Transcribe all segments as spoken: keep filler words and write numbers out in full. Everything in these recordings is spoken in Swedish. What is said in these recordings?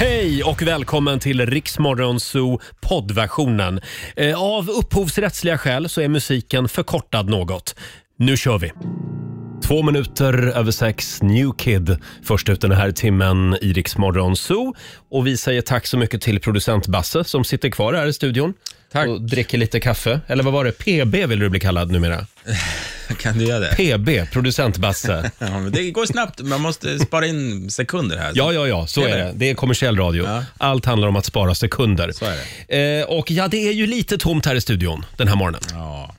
Hej och välkommen till Riksmorgon Zoo poddversionen. Eh, av upphovsrättsliga skäl så är musiken förkortad något. Nu kör vi. Två minuter över sex, New Kid. Först ut den här timmen i Riksmorgon Zoo. Och vi säger tack så mycket till producent Basse som sitter kvar här i studion. Tack. Och dricker lite kaffe. Eller vad var det? P B vill du bli kallad numera? Kan du göra det? P B, producent Basse. Ja, men det går snabbt. Man måste spara in sekunder här. Ja, ja, ja. Så är det. Det är kommersiell radio. Ja. Allt handlar om att spara sekunder. Så är det. Eh, och ja, det är ju lite tomt här i studion den här morgonen. Ja.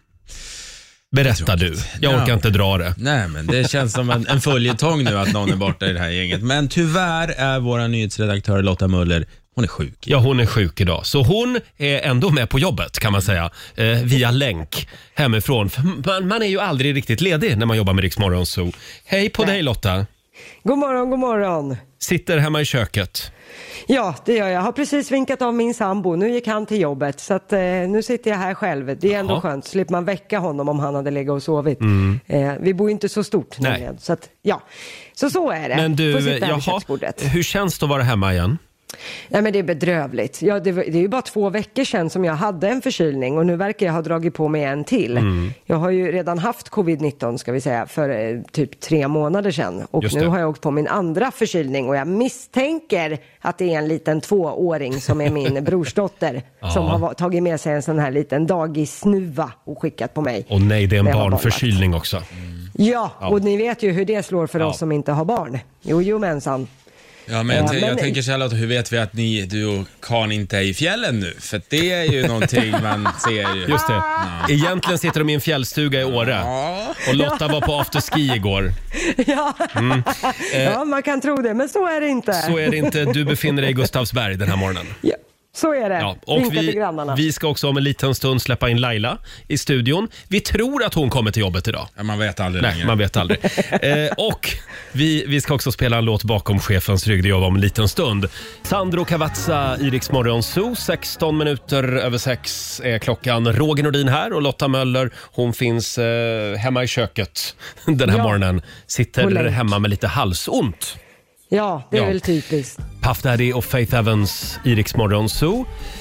Berätta du. Jag orkar ja. inte dra det. Nej, men det känns som en, en följetong nu att någon är borta i det här gänget. Men tyvärr är vår nyhetsredaktör Lotta Möller, hon är sjuk. Ja, hon är sjuk idag. Så hon är ändå med på jobbet kan man säga. Eh, via länk hemifrån. Man, man är ju aldrig riktigt ledig när man jobbar med Riksmorgon Zoo. Hej på Nej. dig Lotta. God morgon, god morgon. Sitter hemma i köket. Ja, det gör jag. Jag har precis vinkat av min sambo. Nu gick han till jobbet. Så att, eh, nu sitter jag här själv. Det är ändå Jaha. skönt. Slipper man väcka honom om han hade legat och sovit. Mm. Eh, vi bor ju inte så stort nämligen. Så att, ja. Så så är det. Men du, jaha, hur känns det att vara hemma igen? Nej, men det är bedrövligt. Ja, det, det är ju bara två veckor sedan som jag hade en förkylning och nu verkar jag ha dragit på mig en till. Mm. Jag har ju redan haft covid nitton ska vi säga för eh, typ tre månader sedan och nu har jag åkt på min andra förkylning och jag misstänker att det är en liten tvååring som är min brorsdotter som har tagit med sig en sån här liten dagissnuva och skickat på mig. Och nej, det är en barnförkylning också. Mm. Ja, ja, och ni vet ju hur det slår för ja. oss som inte har barn. Jo, jo mensan. Ja, men jag, jag tänker Charlotte, hur vet vi att ni, du och Karl inte är i fjällen nu? För det är ju någonting man ser ju. Just det. Ja. Egentligen sitter de i en fjällstuga i Åre. Ja. Och Lotta var på afterski igår. Ja. Mm. Eh, ja, man kan tro det, men så är det inte. Så är det inte. Du befinner dig i Gustavsberg den här morgonen. Ja. Så är det. Ja, och vi, vi ska också om en liten stund släppa in Laila i studion. Vi tror att hon kommer till jobbet idag. Ja, man vet aldrig Nej, längre. man vet aldrig. eh, och vi, vi ska också spela en låt bakom chefens rygg. Det gör vi om en liten stund. Sandro Cavazza i Riksmorgon Zoo. sexton minuter över sex är klockan. Roger Nordin här och Lotta Möller. Hon finns eh, hemma i köket den här ja. morgonen. Sitter hemma med lite halsont. Ja, det är ja. väl typiskt. Puff Daddy och Faith Evans i Riksmorgon Zoo.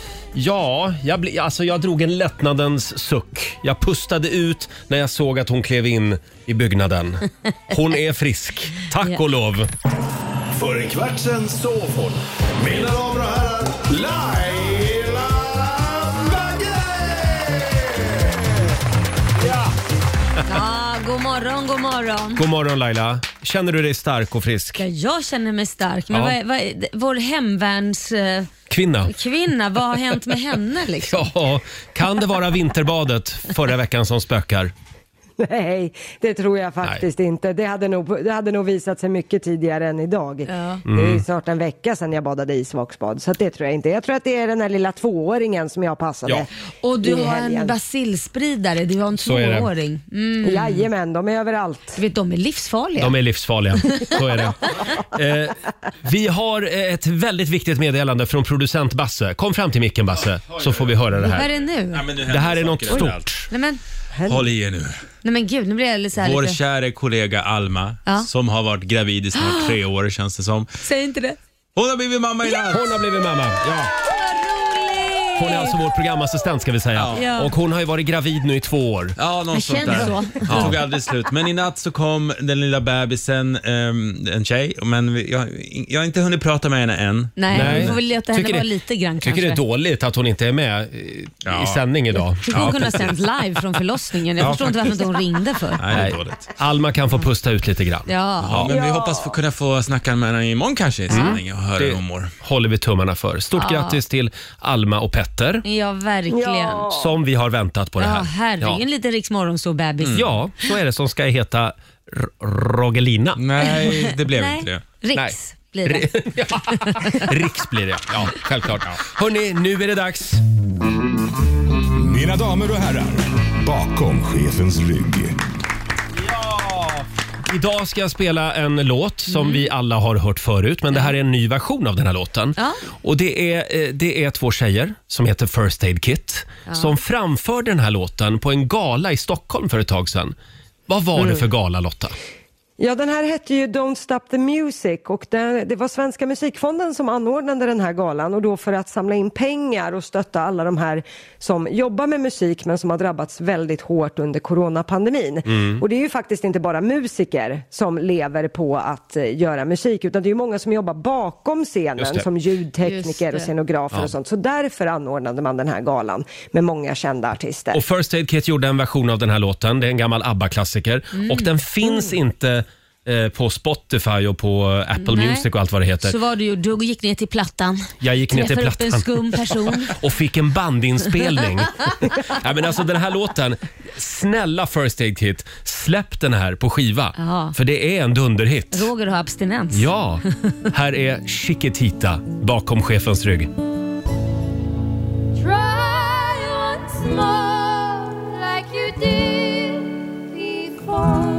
Ja, jag, bli, alltså jag drog en lättnadens suck. Jag pustade ut när jag såg att hon klev in i byggnaden. Hon är frisk. Tack ja. och lov. För en kvart sen sov hon. Mina damer och herrar, Laila Bagge! Ja. Ja, god morgon, god morgon. God morgon Laila. Känner du dig stark och frisk? Ja, jag känner mig stark. Men ja. vad, vad, vår hemvärns... Uh, kvinna. Kvinna, vad har hänt med henne liksom? Ja, kan det vara vinterbadet förra veckan som spökar? Nej, det tror jag faktiskt Nej. inte. Det hade, nog, det hade nog visat sig mycket tidigare än idag. Ja. Mm. Det är snart en vecka sedan jag badade i isvaksbad. Så det tror jag inte. Jag tror att det är den här lilla tvååringen som jag passade. Ja. Och du har en basilspridare. Du har en tvååring. Mm. Jajamän, de är överallt. Du vet, de är livsfarliga. De är livsfarliga, så är det. Eh, vi har ett väldigt viktigt meddelande från producent Basse. Kom fram till micken Basse, så får vi höra det här. Vad är det nu? Ja, men det här är något stort. Nej, men... Håll i er nu. Nej men gud, nu blir jag lite så här Vår lite... kära kollega Alma, ja. som har varit gravid i snart tre år känns det som. Säg inte det. Hon har blivit mamma i natt. Hon har blivit mamma, ja. Hon är alltså vår programassistent ska vi säga. Ja. Och hon har ju varit gravid nu i två år. Ja, någon sånt där. Så. Det tog aldrig slut. Men i natt så kom den lilla bebisen, um, en tjej. Men vi, jag, jag har inte hunnit prata med henne än. Nej, Nej. vi får väl låta henne vara lite grann kanske. Tycker det är dåligt att hon inte är med i, ja. i sändning idag. Hur skulle hon kunna sänt live från förlossningen? Jag ja, förstår faktiskt. inte varför inte hon ringde för. Nej, det är dåligt. Alma kan få pusta ut lite grann. Ja. Ja, men vi hoppas få kunna få snacka med henne imorgon kanske i sändning och höra hur hon mår. Håller vi tummarna för. Stort ja. grattis till Alma och Petter. Ja, verkligen. Ja. Som vi har väntat på det här. Ja, herregud. Ja. En liten riksmorgonså-bebis. Mm. Ja, så är det som ska heta R- Rogelina. Nej, det blev Nej. inte det. Riks Nej. blir det. ja. Riks blir det, ja. Självklart. Ja. Hörrni, nu är det dags. Mina damer och herrar, bakom chefens rygg. Idag ska jag spela en låt som mm. vi alla har hört förut, men det här är en ny version av den här låten. Ja. Och det är, det är två tjejer som heter First Aid Kit ja. som framförde den här låten på en gala i Stockholm för ett tag sedan. Vad var mm. det för gala, Lotta? Ja, den här hette ju Don't Stop the Music och det, det var Svenska musikfonden som anordnade den här galan och då för att samla in pengar och stötta alla de här som jobbar med musik men som har drabbats väldigt hårt under coronapandemin. Mm. Och det är ju faktiskt inte bara musiker som lever på att uh, göra musik utan det är ju många som jobbar bakom scenen som ljudtekniker och scenografer ja. och sånt. Så därför anordnade man den här galan med många kända artister. Och First Aid Kit gjorde en version av den här låten. Det är en gammal ABBA-klassiker mm. och den finns mm. inte på Spotify och på Apple Nej. Music och allt vad det heter. Så var du ju, du gick ner till plattan. Jag gick ner till plattan. Upp en skum person. Och fick en bandinspelning. Ja, men alltså den här låten, snälla First Aid Kit, släpp den här på skiva. Aha. För det är en dunderhit. Roger har abstinens. Ja, här är Chiquitita bakom chefens rygg. Try once more like you did before.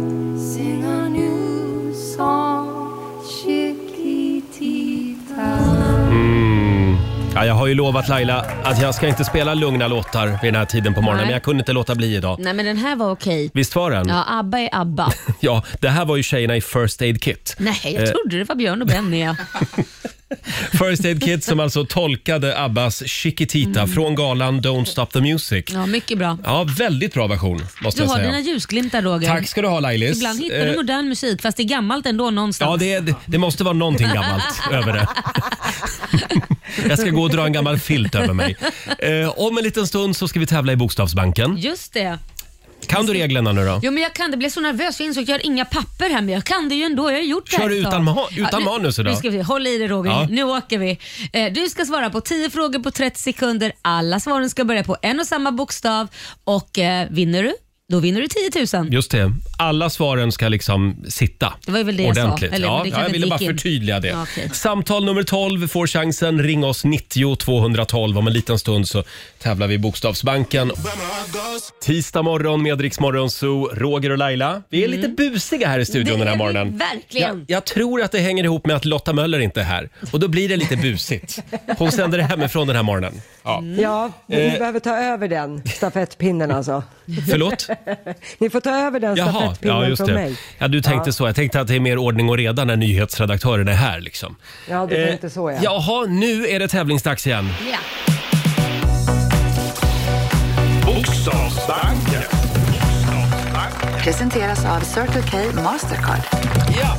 Mm. Ja, jag har ju lovat Laila att jag ska inte spela lugna låtar vid den här tiden på morgonen. Nej. Men jag kunde inte låta bli idag. Nej, men den här var okej. Visst var den? Ja, ABBA är ABBA. Ja, det här var ju tjejerna i First Aid Kit. Nej, jag trodde det var Björn och Benny. Ja. First Aid Kit som alltså tolkade Abbas Chiquitita mm. från galan Don't Stop the Music. Ja, mycket bra. Ja, väldigt bra version måste du jag säga. Du har dina ljusglimtar, Roger. Tack ska du ha, Lailis. Ibland hittar du modern musik fast det är gammalt ändå någonstans. Ja, det, är, det måste vara någonting gammalt över det. Jag ska gå och dra en gammal filt över mig. Eh, om en liten stund så ska vi tävla i Bokstavsbanken. Just det. Kan du reglerna nu då? Jo, men jag kan. Det blev så nervös. Jag insåg att jag har inga papper här, men jag kan det ju ändå. Jag har gjort det. Kör du utan, ma- utan ja, manus idag? Nu ska vi hålla i det, Roger. Ja. Nu åker vi. Eh, du ska svara på tio frågor på trettio sekunder. Alla svaren ska börja på en och samma bokstav. Och eh, vinner du? Då vinner du tio tusen. Just det. Alla svaren ska liksom sitta det var väl det ordentligt. Jag sa. Eller, ja, det ja, jag ville bara in. förtydliga det. Ja, okay. Samtal nummer tolv får chansen. Ring oss nittio tvåhundratolv. Om en liten stund så tävlar vi i Bokstavsbanken. Tisdag morgon med Rix Morgon Zoo, Roger och Laila. Vi är mm. lite busiga här i studion det den här morgonen. Verkligen. Jag, jag tror att det hänger ihop med att Lotta Möller inte är här. Och då blir det lite busigt. Hon sänder det hemifrån den här morgonen. Ja, mm. ja ni eh. behöver ta över den stafettpinnen alltså. Förlåt? Ni får ta över den Jaha, stafettpinnen ja, just från det. mig. Ja, du tänkte ja. så. Jag tänkte att det är mer ordning och reda när nyhetsredaktören är här. Liksom. Ja, du tänkte eh, så ja. Jaha, nu är det tävlingsdags igen. Ja. Bokstavsbanken. Presenteras av Circle K Mastercard. Ja!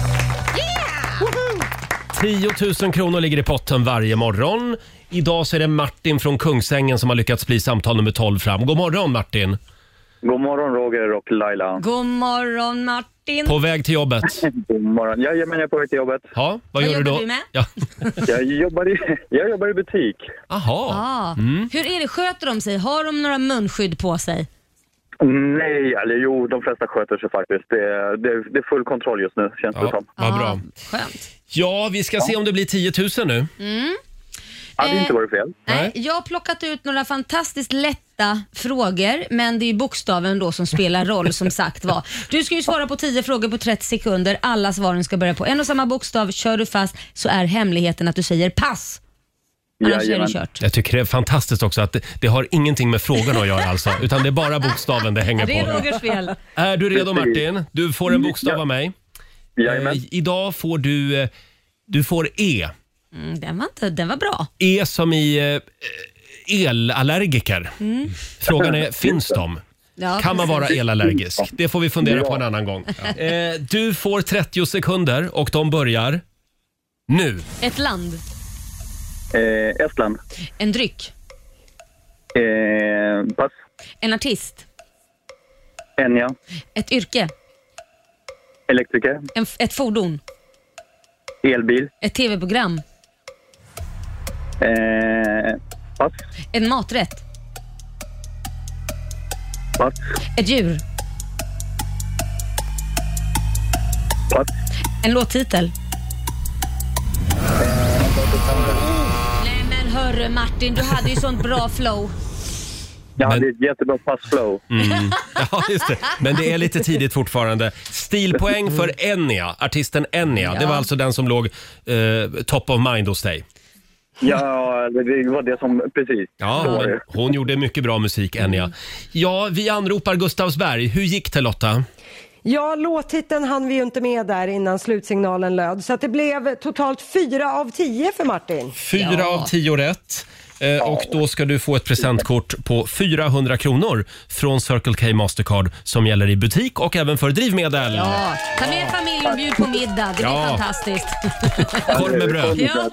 tio tusen kronor ligger i potten varje morgon. Idag så är det Martin från Kungsängen som har lyckats bli samtal nummer tolv fram. God morgon, Martin. God morgon, Roger och Laila. God morgon, Martin. På väg till jobbet? God morgon. Ja, jag, men jag är på väg till jobbet. Ja, vad, vad gör du då? Du med? Ja. jag, jobbar i, jag jobbar i butik. Aha. Ah. Mm. Hur är det? Sköter de sig? Har de några munskydd på sig? Nej, eller jo, de flesta sköter sig faktiskt. Det är, det, det är full kontroll just nu, känns ja, det som. Vad bra. Skönt. Ja, vi ska ja. se om det blir tio tusen nu. Mm. Ja, det är inte varit fel. Nej, jag har plockat ut några fantastiskt lätta frågor, men det är bokstaven då som spelar roll som sagt var. Du ska ju svara på tio frågor på trettio sekunder. Alla svaren ska börja på en och samma bokstav. Kör du fast så är hemligheten att du säger pass. Annars är det kört. Jag tycker det är fantastiskt också att det, det har ingenting med frågan att göra alltså, utan det är bara bokstaven det hänger på. Ja, det är Rogers fel. Är du redo, Martin? Du får en bokstav ja. av mig. Jajamän. Eh, idag får du, du får E. Mm, den, var inte, den var bra. E som i eh, elallergiker. Mm. Frågan är, finns de? Ja, kan man vara elallergisk? Det får vi fundera ja. på en annan gång. Ja. Eh, du får trettio sekunder och de börjar nu. Ett land. Eh, Estland. En dryck. Eh, pass. En artist. Enya. Ett yrke. Elektriker. En, ett fordon. Elbil. Ett tv-program. Eh, pass. En maträtt. Pass. Ett djur. Pass. En låttitel. Nej men hörru Martin, du hade ju sånt bra flow. Ja, men... det är ett jättebra passflow. Mm. Ja, just det. Men det är lite tidigt fortfarande. Stilpoäng för Enya, artisten Enya. Ja. Det var alltså den som låg eh, top of mind hos dig. Ja, det var det som precis. Ja, hon, hon gjorde mycket bra musik, Enya. Ja, vi anropar Gustavsberg. Hur gick det, Lotta? Ja, låttiteln hann vi ju inte med där innan slutsignalen löd. Så att det blev totalt fyra av tio för Martin. Fyra Ja. av tio rätt. Eh, och då ska du få ett presentkort på fyrahundra kronor från Circle K Mastercard som gäller i butik och även för drivmedel. Ja, ta med familjen och bjud på middag. Det blir Ja. fantastiskt. Korv med bröd. Ja.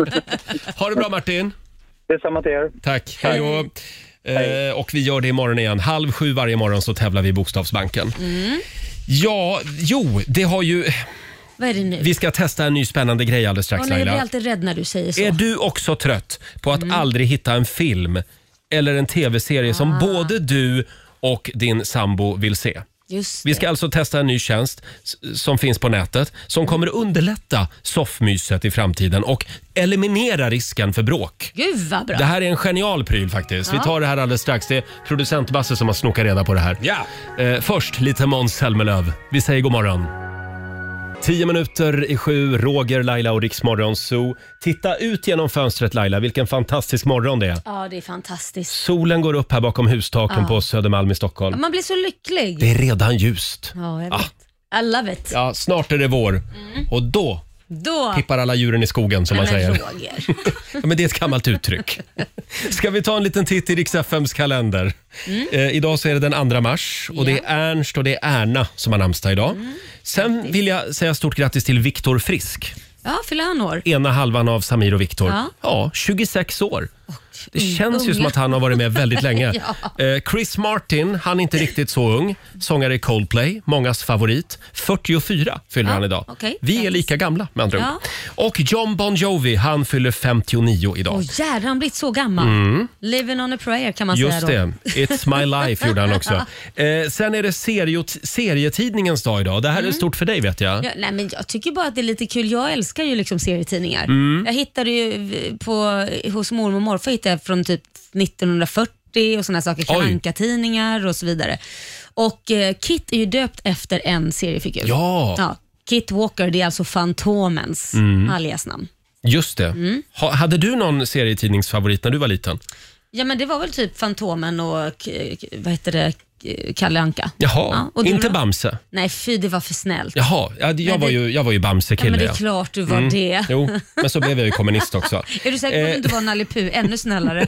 Ha det bra Martin. Detsamma till er. Tack, hej då. Eh, och vi gör det imorgon igen. Halv sju varje morgon så tävlar vi i Bokstavsbanken. Mm. Ja, jo, det har ju... Vad är det nu? Vi ska testa en ny spännande grej alldeles strax, Åh, nej, jag blir Laila. alltid rädd när du säger så. Är du också trött på att Mm. aldrig hitta en film eller en tv-serie som Ah. både du och din sambo vill se? Just Vi ska det. alltså testa en ny tjänst s- som finns på nätet som kommer underlätta soffmyset i framtiden och eliminera risken för bråk. Gud vad bra. Det här är en genial pryl faktiskt. Vi tar det här alldeles strax. Det är producent Basse som har snokat reda på det här. Ja. Eh, först lite Måns Zelmerlöw. Vi säger god morgon. Tio minuter i sju, Roger, Laila och Riksmorgon Zoo. Titta ut genom fönstret Laila, vilken fantastisk morgon det är. Ja, det är fantastiskt. Solen går upp här bakom hustaken Ja. på Södermalm i Stockholm. Man blir så lycklig. Det är redan ljust. Ja, jag Ah. vet. I love it. Ja, snart är det vår. Och då Då... pippar alla djuren i skogen som man Nej, men säger. Roger. Ja, men det är ett gammalt uttryck. Ska vi ta en liten titt i Rix F M:s kalender? Eh, idag så är det den andra mars och det är Ernst och det är Erna som har namnsdag idag. Sen vill jag säga stort grattis till Viktor Frisk. Ja, fyller han år? Ena halvan av Samir och Viktor. Ja. Ja, tjugosex år. Det Mm, känns ju unga. som att han har varit med väldigt länge. Ja. eh, Chris Martin, han är inte riktigt så ung. Sångare i Coldplay, mångas favorit. fyrtiofyra fyller Ja, han idag. okej. Vi är lika gamla med andra Ja. ord. Och John Bon Jovi, han fyller femtionio idag. Åh jävlar, han blivit så gammal. Living on a prayer kan man Mm. Just säga då. det, It's My Life gjorde han också. Eh, sen är det seriot- serietidningens dag idag. Det här är stort för dig vet jag. Ja, nej, men jag tycker bara att det är lite kul. Jag älskar ju liksom serietidningar. Mm. Jag hittade ju på, hos mormor och morfar hittade jag från typ nittonhundrafyrtio och såna saker. Oj. Kalanka-tidningar och så vidare. Och eh, Kit är ju döpt efter en seriefigur. Ja. Ja, Kit Walker, det är alltså Fantomens Mm. aliasnamn. Just det. Mm. Ha, hade du någon serietidningsfavorit när du var liten? Ja, men det var väl typ Fantomen och k- k- vad heter det? K- Kalle Anka. Jaha, Ja, och du inte då? Bamse? Nej, fy, det var för snällt. Jaha, ja, jag, Men var det- ju, jag var ju Ja, Bamse-kille. men det är ja. klart du var Mm. det. Jo, men så blev jag ju kommunist också. Är du säker på att du Eh. inte var Nalle Puh? Ännu snällare.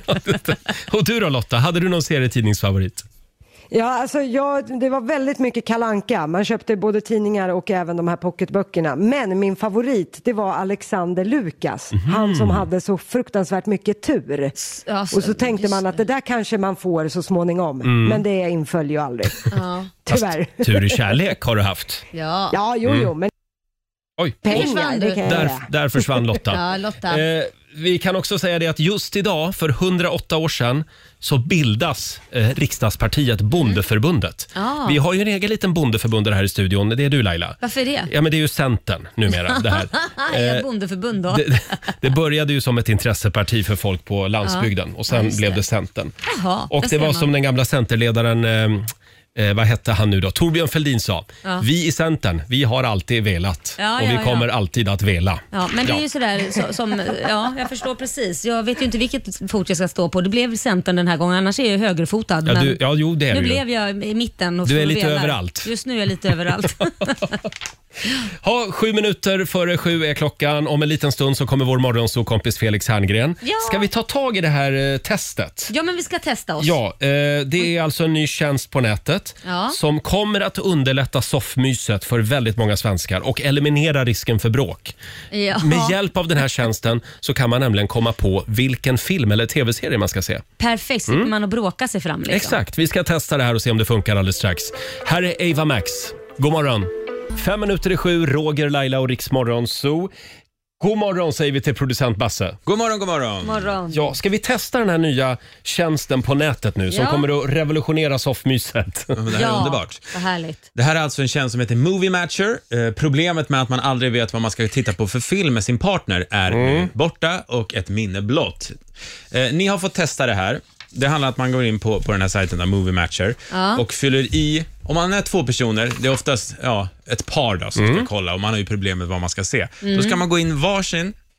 Och du då Lotta, hade du någon serietidningsfavorit? Ja, alltså jag, det var väldigt mycket Kalle Anka. Man köpte både tidningar och även de här pocketböckerna. Men min favorit, det var Alexander Lukas. Han som hade så fruktansvärt mycket tur. Ja, Och så tänkte man att det där kanske man får så småningom. Mm. Men det inföll ju aldrig. Ja. Tyvärr. Tur i kärlek har du haft. Ja. Ja, jo, jo, men Oj, pengar, Försvann det du? kan jag där, göra. där försvann Lotta. Ja, Lotta. Eh, vi kan också säga det att just idag, för hundraåtta år sedan, så bildas eh, riksdagspartiet Bondeförbundet. Ah. Vi har ju en egen liten bondeförbundare här i studion. Det är du Laila. Varför är det? Ja, men det är ju Centern numera det här. Jag Eh, bondeförbund då. det, det började ju som ett intresseparti för folk på landsbygden och sen Ja, just blev det. det Centern. Jaha, Och där det ser var man. som den gamla Centerledaren eh, Eh, vad hette han nu då? Torbjörn Fälldin sa, Ja. vi i Centern, vi har alltid velat Ja, och vi ja, ja. kommer alltid att vela. Ja, men det är Ja. ju sådär så, som, ja jag förstår precis. Jag vet ju inte vilket fot jag ska stå på. Det blev Centern den här gången, annars är jag högerfotad. Ja, men du, ja jo det är nu du ju. blev jag i mitten. Och Du är står och lite velar. överallt. Just nu är jag lite överallt. Ha, sju minuter före sju är klockan. Om en liten stund så kommer vår morgonsåkompis Felix Herngren. Ja. Ska vi ta tag i det här eh, testet? Ja, men vi ska testa oss. Ja, eh, det är alltså en ny tjänst på nätet Ja. som kommer att underlätta soffmyset för väldigt många svenskar och eliminera risken för bråk. Ja. Med hjälp av den här tjänsten så kan man nämligen komma på vilken film eller tv-serie man ska se. Perfekt, slipper man att bråka sig fram. Liksom. Exakt, vi ska testa det här och se om det funkar alldeles strax. Här är Ava Max. God morgon. Fem minuter i sju, Roger, Laila och Rix Morgon Zoo. God morgon säger vi till producent Basse. God morgon, god morgon. Morgon. Ja, ska vi testa den här nya tjänsten på nätet nu som Ja. kommer att revolutionera soffmyset? Ja, men det här är underbart. Vad härligt. Det här är alltså en tjänst som heter Movie Matcher. Eh, problemet med att man aldrig vet vad man ska titta på för film med sin partner är nu borta och ett minne blott. Eh, ni har fått testa det här. Det handlar om att man går in på, på den här sajten där, Movie Matcher, Ja. och fyller i, om man är två personer, det är oftast ja, ett par då, som ska kolla och man har ju problem med vad man ska se. Då ska man gå in varsin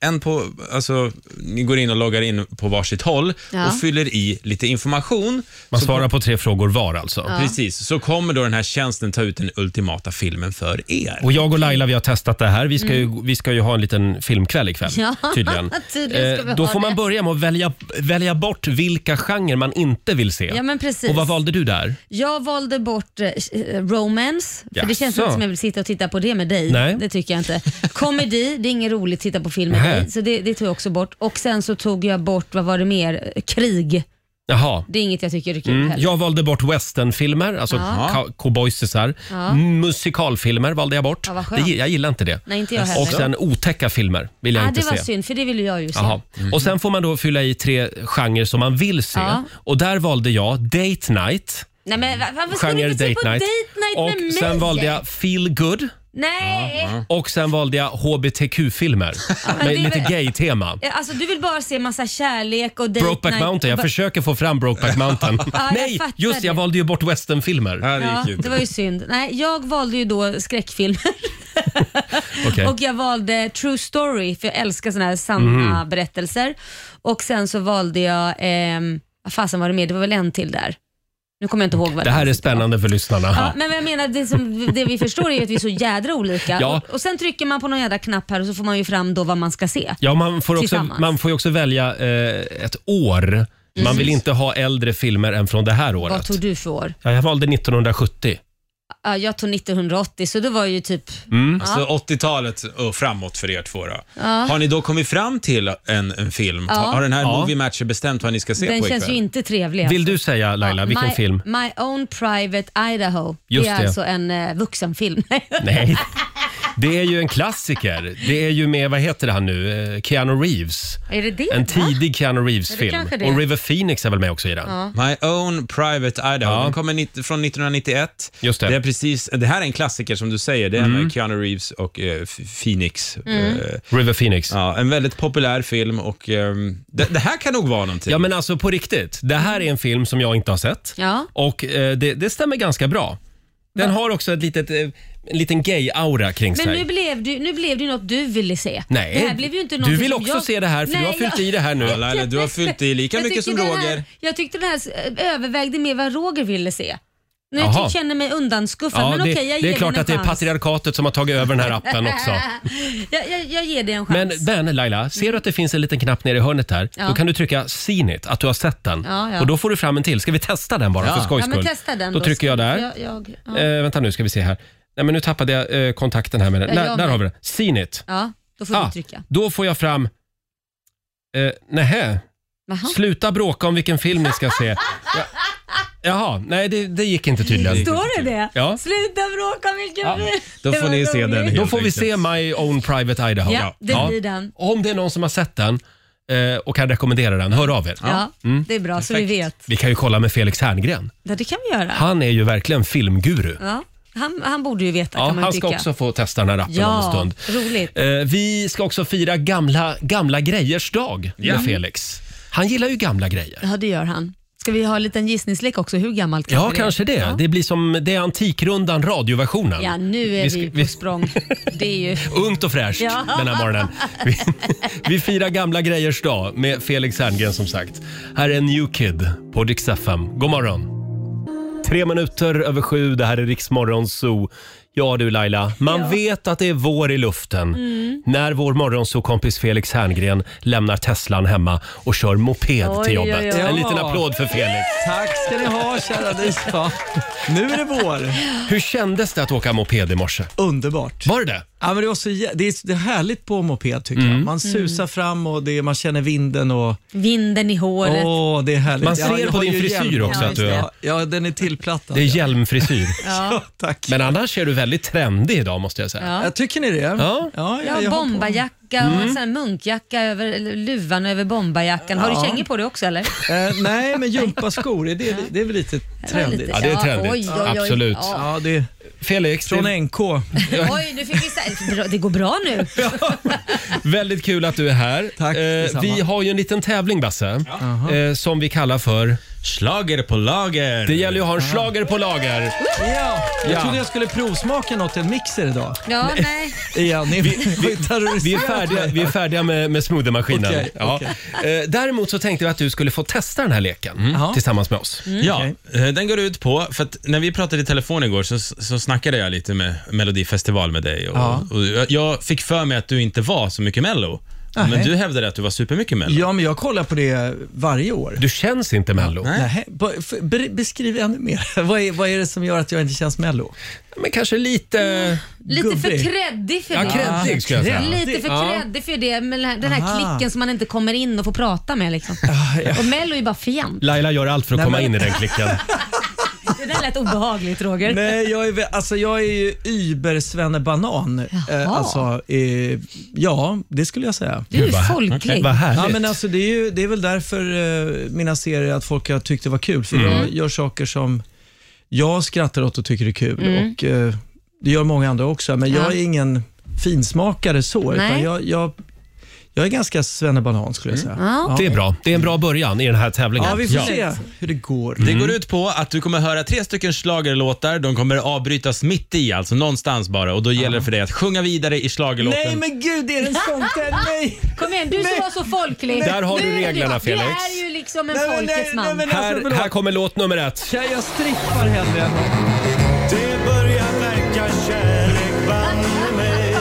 en på, alltså, ni går in och loggar in på varsitt håll Ja. och fyller i lite information. Man Så svarar på tre frågor var alltså. Ja. Precis, så kommer då den här tjänsten ta ut den ultimata filmen för er. Och jag och Laila, vi har testat det här. Vi ska, ju, vi ska ju ha en liten filmkväll ikväll, Ja, tydligen. tydligen ska vi Eh, då ha får man det. börja med att välja, välja bort vilka genrer man inte vill se. Ja, men precis. Och vad valde du där? Jag valde bort eh, romance, för det känns Jaså? inte som jag vill sitta och titta på det med dig. Nej. Det tycker jag inte. Komedi, det är inget roligt att titta på film med Nähä. dig, så det, det tog jag också bort. Och sen så tog jag bort, vad var det mer? Krig. Jaha. Det är inget jag tycker är kul Mm. heller. Jag valde bort westernfilmer, alltså Ja. ka- cowboysisar. Ja. Musikalfilmer valde jag bort. Ja, vad skönt. det, jag gillar inte det. Nej, inte jag heller. Och sen otäcka filmer vill jag ah, inte det var se. synd, för det ville jag ju se. Jaha. Och sen får man då fylla i tre genrer som man vill se. Ja. Och där valde jag Date Night. Nej, men va- varför ska du Genre inte se Date på Night. Date Night Och med mig? sen valde jag Feel Good. Nej! Och sen valde jag H B T Q-filmer men med det är lite väl- gay-tema. Alltså du vill bara se massa kärlek och date Brokeback night. Mountain, jag Va- försöker få fram Brokeback Mountain. Ja, jag Nej, fattar just det, jag det. valde ju bort westernfilmer. Ja, det Ja, gick ju det inte. var ju synd. Nej, jag valde ju då skräckfilmer. Okej. Och jag valde True Story, för jag älskar såna här sanna Mm. berättelser. Och sen så valde jag, ehm, vad fasen var det med? Det var väl en till där. Nu kommer jag inte ihåg vad Det här är var. spännande för lyssnarna. Ja, men vad jag menar, det, som, det vi förstår är ju att vi är så jädra olika. Ja. Och, och sen trycker man på någon jädra knapp här och så får man ju fram då vad man ska se. Ja, man får, också, Tillsammans. man får ju också välja eh, ett år. Man vill inte ha äldre filmer än från det här året. Vad tog du för år? Ja, jag valde nittonhundrasjuttio. Ja, jag tog nittonhundraåttio, så det var ju typ... Så åttiotalet och framåt för er två då. Har ni då kommit fram till en, en film? Ja. Har den här Ja. Movie Matcher bestämt vad ni ska se Den på känns ikväll? ju inte trevlig. Vill alltså. du säga, Laila, Ja, vilken my, film? My Own Private Idaho. Just det är det. alltså en uh, vuxenfilm. Nej, det är ju en klassiker. Det är ju med, vad heter det han nu, Eh, Keanu Reeves. Är det det? En va? tidig Keanu Ja, det Reeves-film. kanske det. Och River Phoenix är väl med också i den. Ja. My Own Private Idaho. Ja. Den kommer nitt- från nittonhundranittioett. Just det. Det, är precis, det här är en klassiker som du säger. Det är med Keanu Reeves och eh, F- Phoenix. Mm. Eh, River Phoenix. Ja. ja, en väldigt populär film och ehm, det, det här kan nog vara någonting. men alltså på riktigt. Det här är en film som jag inte har sett. Ja. Och eh, det, det stämmer ganska bra. Den har också ett litet, eh, en liten gay-aura kring Men sig. nu blev, du, nu blev det ju något du ville se. Nej, det här blev ju inte något du vill som också jag... se det här för du har fyllt i det här nu. Ja, Laila, du har fyllt i lika Jag mycket tyckte som det här- Roger. Jag tyckte den här övervägde mer vad Roger ville se. Nu Jaha. jag känner mig undanskuffad, Ja, men det, okej, jag det ger är klart den en att det är chans. patriarkatet som har tagit över den här appen också. jag, jag, jag ger det en Men, chans. men Laila, ser du att det finns en liten knapp nere i hörnet där? Ja. Då kan du trycka seen it, att du har sett den. Ja, ja. Och då får du fram en till. Ska vi testa den bara Ja. för skojs ja, men skull? testa den Då då. trycker jag där. Jag, jag, ja. Eh, vänta nu ska vi se här. Nej, men nu tappade jag eh, kontakten här med den. Ja, Där, jag där med. har vi den. Seen it. ja, då får Ah, du trycka. då får jag fram... Eh, nähä, Jaha. sluta bråka om vilken film ni ska se. Ja, jaha, nej det, det gick inte tydligen. Står det det? Ja. Sluta bråka vilken Ja, film. Då Det får var ni se roligt. den helt Då får vi enkelt. se My Own Private Idaho. Ja, det blir den. Om det är någon som har sett den eh, och kan rekommendera den, hör av er. Ja, Mm. det är bra så vi vet. Vi kan ju kolla med Felix Herngren. Ja, det kan vi göra. Han är ju verkligen filmguru. Ja, han, han borde ju veta Ja, kan man han ju ska tycka. också få testa den här appen om en Ja, stund. roligt. Eh, vi ska också fira gamla, gamla grejers dag Ja. med Felix. Han gillar ju gamla grejer. Ja, det gör han. Ska vi ha en liten gissningslek också? Hur gammalt Ja, kanske kanske det. Ja. Det blir som det är Antikrundan radioversionen. Ja, nu är Vi vi, ska- vi- på språng. Det är ju... Ungt och fräscht Ja. den här morgonen. Vi, vi firar gamla grejers dag med Felix Herngren som sagt. Här är New Kid på Rix F M. God morgon. Tre minuter över sju, det här är Rix Morgon Zoo. Ja du Laila, man Ja. vet att det är vår i luften Mm. när vår morgonzoo-kompis Felix Herngren lämnar Teslan hemma och kör moped Oj, till jobbet. oj, oj. En liten Ja. applåd för Felix. Tack ska ni ha, kära Lisa. Nu är det vår. Hur kändes det att åka moped i morse? Underbart. Var det det? Ja, men det, var så, jä- det, är, det är härligt på moped tycker jag. Man susar fram och det, man känner vinden och... Vinden i håret. Åh, det är härligt. Man ser jag på har din ju frisyr hjälm. också Ja, att du just är... Ja, ja, den är tillplattad. Det är hjälmfrisyr. Ja. Tack. Men annars är du väldigt trendig idag måste jag säga. Ja. Jag tycker ni det? Ja. ja, Ja, jag har på- bombarjacka och en sån här munkjacka över eller luvan över bombarjackan. Har du Ja. kängor på det också eller? Eh, nej, men gympaskor, det, det, det är väl lite trendigt. Ja, det är trendigt. oj, oj, oj. Absolut. Ja. Ja, det är Felix, från det är N K. Oj, nu fick vi sä- det går bra nu. väldigt kul att du är här. Tack, Eh, detsamma. vi har ju en liten tävling Basse, eh, som vi kallar för... Schlager på lager. Det gäller ju att ha en schlager på lager. Ja, jag Ja. trodde jag skulle provsmaka något, en mixer idag. Ja, nej. Igen, ni, vi, vi, Vi är färdiga, vi är färdiga med, med smoothie-maskinen. Okej, ja. okej. Eh, däremot så tänkte vi att du skulle få testa den här leken Ja. tillsammans med oss. Ja, Okej. eh, den går ut på, för att när vi pratade i telefon igår så, så snackade jag lite med Melodifestival med dig och, Ja. och jag, jag fick för mig att du inte var så mycket Mello. Men Nej. du hävdade att du var supermycket Mello. Ja, men jag kollar på det varje år. Du känns inte Mello. Nej. Nej, b- f- be- beskriv ännu mer. vad, är, vad är det som gör att jag inte känns Mello? Men kanske lite... Lite Gubbig. för kreddig för Ja, det. kreddig skulle jag säga. Lite för Ja. kreddig för det, med den här- den här Aha. klicken som man inte kommer in och får prata med. Liksom. ja. Och Mello är bara fjant. Laila gör allt för att Nej, komma men- in i den klicken. Det där lät obehagligt, Roger. Nej, jag är, väl- alltså, jag är ju über-svennebanan. Eh, Jaha. alltså, eh, ja, det skulle jag säga. Du är ju vad- folklig. Vad härligt. Ja, men alltså, det, är ju, det är väl därför eh, mina serier, att folk har tyckt det var kul. För jag gör saker som jag skrattar åt och tycker är kul. Och eh, det gör många andra också. Men jag Ja. är ingen finsmakare så. Nej. Utan jag, jag, jag är ganska svennebanan skulle jag säga. Ja. Det är bra. Det är en bra början i den här tävlingen. Ja, vi får Ja. se hur det går. Det går ut på att du kommer höra tre stycken schlagerlåtar. De kommer avbrytas mitt i, alltså någonstans bara. Och då gäller det för dig att sjunga vidare i schlagerlåten. Nej, men gud, det är en sån där. Nej! Kom igen, du som var så folklig. Där har du Nu är det- reglerna, Felix. Du är ju liksom en Nej, men nej, folkets nej, man. men alltså, Här, förlåt. här kommer låt nummer ett. Tja, jag strippar hellre än Det börjar verka kärlek banne mig.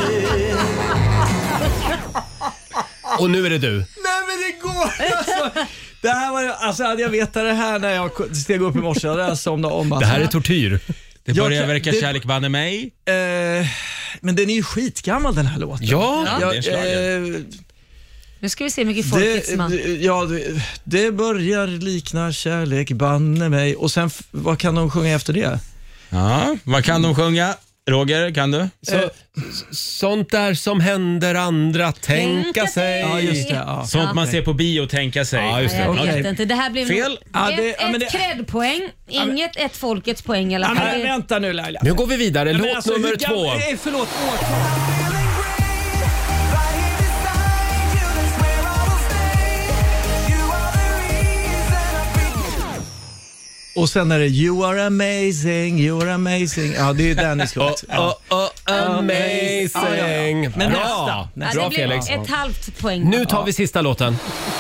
Och nu är det du. Nej, men det går alltså. Det här var, alltså, hade jag vetat det här när jag steg upp i morse, hade jag somnat om. Det Alltså. här är tortyr. Det Jag börjar kan- verka det- kärlek banne mig. Eh, men den är ju skitgammal den här låten. Ja. Ja, det är en schlager. eh, Nu ska vi se hur mycket folkets det, man. det- ja, det, det börjar likna kärlek, banne mig. Och sen, f- vad kan de sjunga efter det? Ja, vad kan de sjunga? Roger, kan du? Så, sånt där som händer andra tänka Tänka sig. sig. Ja, just det. Ja. Sånt man ser på bio och tänka sig. Ja, just det. Jag Okej. vet inte. Det här blev Fel. nog Ja, det- ett, ja, men ett det- credpoäng, inget ett folkets poäng i alla Ja, fall. men, Det- vänta nu Laila. Nu går vi vidare. Ja, men Låt alltså, nummer hur två. gam- eh, Förlåt, årtal. Och sen är det You are amazing, you are amazing. Ja, det är Dannys låt. Oh, oh, amazing. Ja, ja, ja. Men Bra, nästa, nästa. Ja, Bra det blev Felix. ett halvt poäng. Nu tar vi sista låten.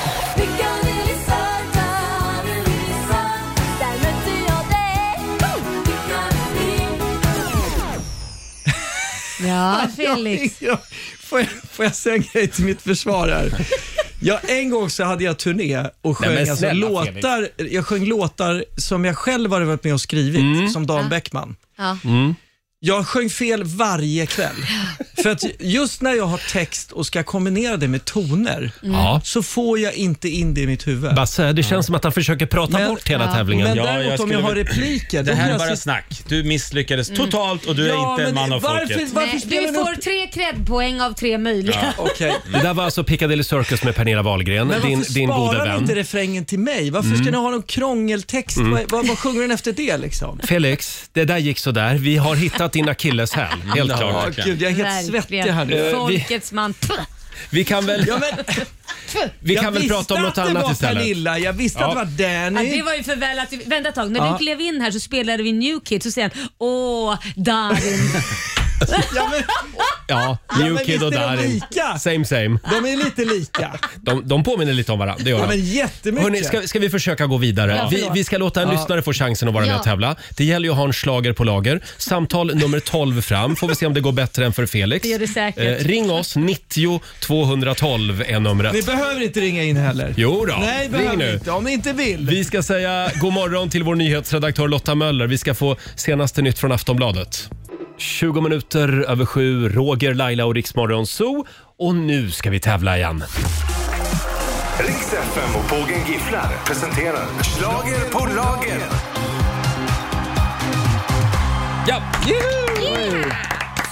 Ja, Felix. Ja, får, jag, får jag säga en grej till mitt försvar här? Ja, en gång så hade jag turné och sjöng, Nej, men alltså, snälla, låtar, jag sjöng låtar som jag själv hade varit med och skrivit, Mm. som Dan Bäckman. Ja. Jag sjöng fel varje kväll. För att just när jag har text och ska kombinera det med toner, Ja. så får jag inte in det i mitt huvud. Basse, det känns som att han försöker prata Men- bort hela Ja. tävlingen. Men Ja, däremot jag om jag skulle har väl- repliker... Det då här kan är jag bara sitta- snack. Du misslyckades totalt och du är Ja, inte en men man av varför- folket. varför Nej, spelar du ni får upp- tre credpoäng av tre möjliga. Okej. Det där var alltså Piccadilly Circus med Pernilla Wahlgren, Men din, varför din gode sparar ni vän. inte refrängen till mig? Varför ska ni ha någon krångeltext? Vad, vad, vad sjunger den efter det liksom? Felix, det där gick så där. Vi har hittat din akilleshäl, helt Ja. klart. Ja, gud, jag är helt svettig här nu. Eh, vi- Folkets man. Puh. Vi kan väl, Ja, men, vi kan jag väl visste prata om något att det annat var istället. Pernilla, jag visste Ja. att det var Ja, Danny. det var ju för väl att... Vänta ett tag. När Ja. du klev in här så spelade vi New Kids och säger han åh, Darin. Ja, men, Ja, Ja, New men Kid och visst är de Darin. lika? Same same. de är lite lika. De, de påminner lite om varandra, det gör Ja, de. men jättemycket. Hörrni, ska, ska vi försöka gå vidare? Ja, vi, förlåt. vi ska låta en Ja. lyssnare få chansen att vara med Ja. och tävla. Det gäller ju att ha en schlager på lager. Samtal nummer tolv fram. Får vi se om det går bättre än för Felix. Det gör det säkert. Eh, ring oss, nittio tvåhundratolv är numret. Ni behöver inte ringa in heller. Jo då, Nej, ring behöver nu. inte. Om ni inte vill. Vi ska säga god morgon till vår nyhetsredaktör Lotta Möller. Vi ska få senaste nytt från Aftonbladet. tjugo minuter över sju, Roger, Laila och Riksmorgon Zoo. Och nu ska vi tävla igen. Riks F M och Pågen Gifflar presenterar Schlager på lager. Ja!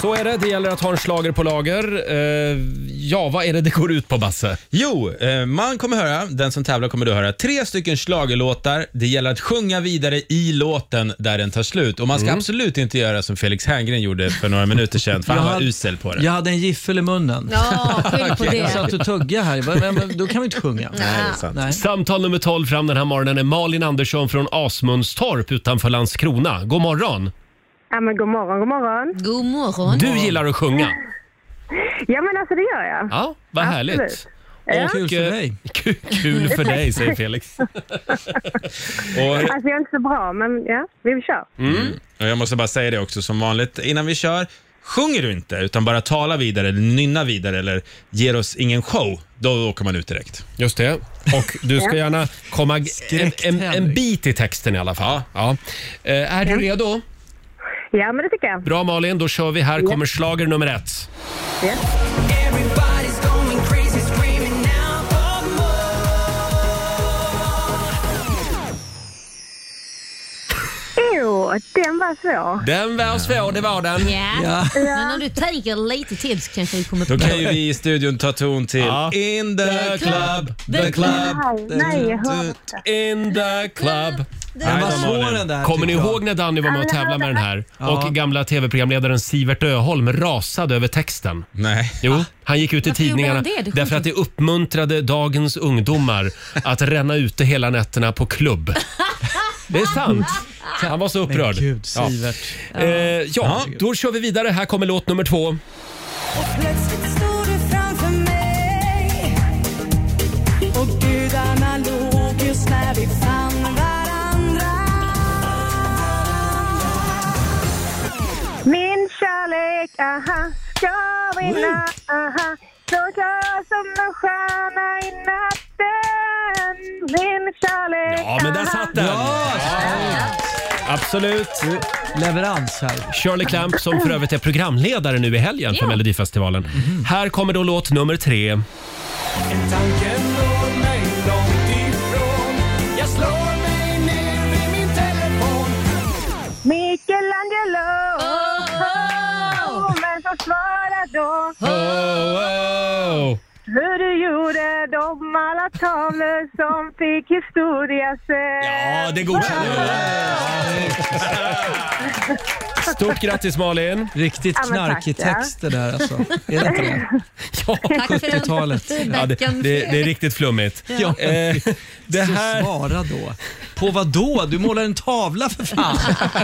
Så är det. Det gäller att ha en slager på lager. Eh, ja, vad är det det går ut på, Basse? Jo, eh, man kommer höra, den som tävlar kommer då höra tre stycken schlagerlåtar. Det gäller att sjunga vidare i låten där den tar slut. Och man ska mm. absolut inte göra som Felix Herngren gjorde för några minuter sedan, för han var usel på det. Jag hade en giffel i munnen. Ja, skyll på det. Jag satt och tugga här, men då kan vi inte sjunga. Nej, det är sant. Nej. Samtal nummer tolv fram den här morgonen är Malin Andersson från Asmundstorp utanför Landskrona. God morgon. Ja, men god morgon, god morgon. God morgon. Du gillar att sjunga? Ja, men alltså det gör jag. Ja, vad Absolut. härligt. Ja. Kul för dig. Kul, kul för dig, säger Felix. Och, alltså jag är inte så bra, men ja, vi kör. Mm. Och jag måste bara säga det också som vanligt. Innan vi kör, sjunger du inte utan bara talar vidare eller nynna vidare eller ger oss ingen show, då åker man ut direkt. Just det. Och du ska gärna komma en, en, en bit i texten i alla fall. Ja. Ja. Är du redo? Ja, men det tycker jag. Bra Malin, då kör vi. Här yeah. kommer slager nummer ett. Yeah. Jo, den var svår. Den var svår, det var den. Ja, ja. Men om du tänker lite till så kanske vi kommer på. Då kan ju vi i studion ta ton till ja. In the club, the club, nej, in the club. Den var svår den där. Kommer ni ihåg när Danny var med och tävlade med den här? Ja. Och gamla tv-programledaren Sivert Öholm rasade över texten. Nej. Jo, han gick ut i Varför tidningarna det? Det därför att det uppmuntrade dagens ungdomar att ränna ute hela nätterna på klubb. Det är sant. Han var så upprörd. Men gud, Sivert. Ja. Eh, ja, då kör vi vidare. Här kommer låt nummer två. Och plötsligt stod du framför mig och gudarna låg just när vi fann varandra. Min kärlek, aha, ska vinna, aha. Så klar som en stjärna i natten. Min kärlek, Ja, men där satt den. Ja, absolut. Leverans här. Shirley Clamp som för övrigt är programledare nu i helgen för Ja. Melodifestivalen. Mm. Här kommer då låt nummer tre. En tanke når mig långt ifrån. Jag slår mig ner i min telefon. Michelangelo, Oh, oh. men så svara då. Oh, oh. Hur du gjorde de alla tavlor som fick historia se. Ja, det godkänner du. Stort grattis Malin. Riktigt Ja, men knarkig tack, ja. text det där alltså. Är det inte det? Ja, Tack för den sjuttiotalet. ja det, feedbacken. det, det är riktigt flummigt. Ja. Eh, det Så här... svara då. På vad då? Du målar en tavla för fan.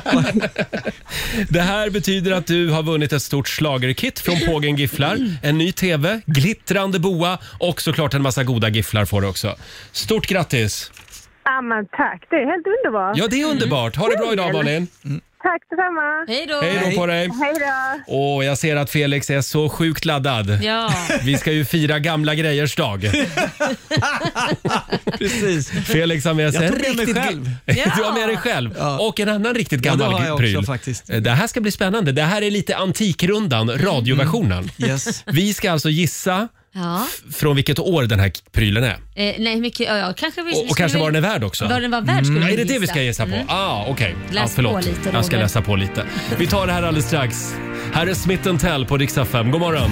Det här betyder att du har vunnit ett stort schlagerkit från Pågen Gifflar. En ny tv, glittrande boa och såklart en massa goda gifflar får du också. Stort grattis! Ja, men tack. Det är helt underbart. Ja, det är underbart. Ha det bra idag Malin. Tack detsamma. Hej då. Hej då på dig. Hej då. Åh, jag ser att Felix är så sjukt laddad. Ja. Vi ska ju fira gamla grejers dag. Precis. Felix har med sig Jag en tog med mig riktigt... själv. Du har med dig själv. Ja. Och en annan riktigt Ja, det gammal har jag pryl. också faktiskt. Det här ska bli spännande. Det här är lite Antikrundan, radioversionen. Yes. Vi ska alltså gissa Ja. f- från vilket år den här prylen är. Eh, nej, mycket, ja, ja, kanske vi, Och, och kanske vad den är värd också. Vad den var värd skulle Ja, vi är det det vi gissa. ska gissa på? Mm. Ah, okej. Okay. Läs ah, förlåt. på lite, Jag ska Roger. läsa på lite. Vi tar det här alldeles strax. Här är Smith and Tell på Rix F M. God morgon.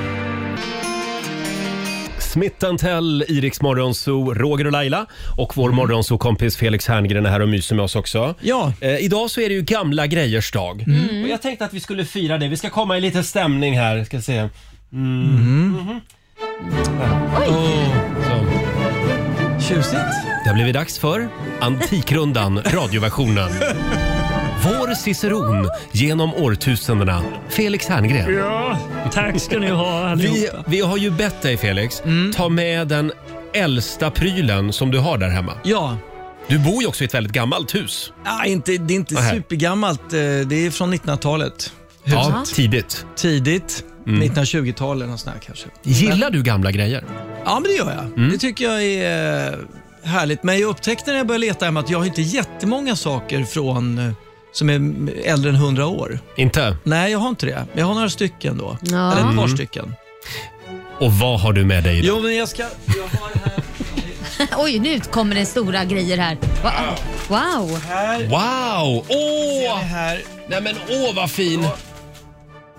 Smith and Tell, Iriks morgonzoo, Roger och Laila och vår morgonzoo-kompis Felix Herngren är här och myser med oss också. Ja. Eh, idag så är det ju gamla grejers dag. Mm. Och jag tänkte att vi skulle fira det. Vi ska komma i lite stämning här. Ska se. Mm. Mm. Oh. Så. Tjusigt. Det har blivit dags för Antikrundan, radioversionen. Vår ciceron genom årtusendena, Felix Herngren. Ja, tack ska ni ha Vi, allihopa. vi har ju bett dig Felix, ta med den äldsta prylen som du har där hemma. Ja. Du bor ju också i ett väldigt gammalt hus. Ja, inte, det är inte Nähä. supergammalt. eh, Det är från nittonhundratalet. Ja, tidigt. Tidigt. Mm. nittonhundratjugotalet och sådär kanske. Gillar du gamla grejer? Ja, men det gör jag. Mm. Det tycker jag är eh, härligt. Men jag upptäckte när jag började leta hem att jag har inte jättemånga saker från eh, som är äldre än hundra år. Inte? Nej, jag har inte det. Jag har några stycken då. Ja. Eller ett par Mm. stycken. Och vad har du med dig idag? Jo, men jag ska... Jag har här... Oj, nu kommer det stora grejer här. Wow! Wow. här Wow! Åh! ser ni här. Nej men åh vad fin!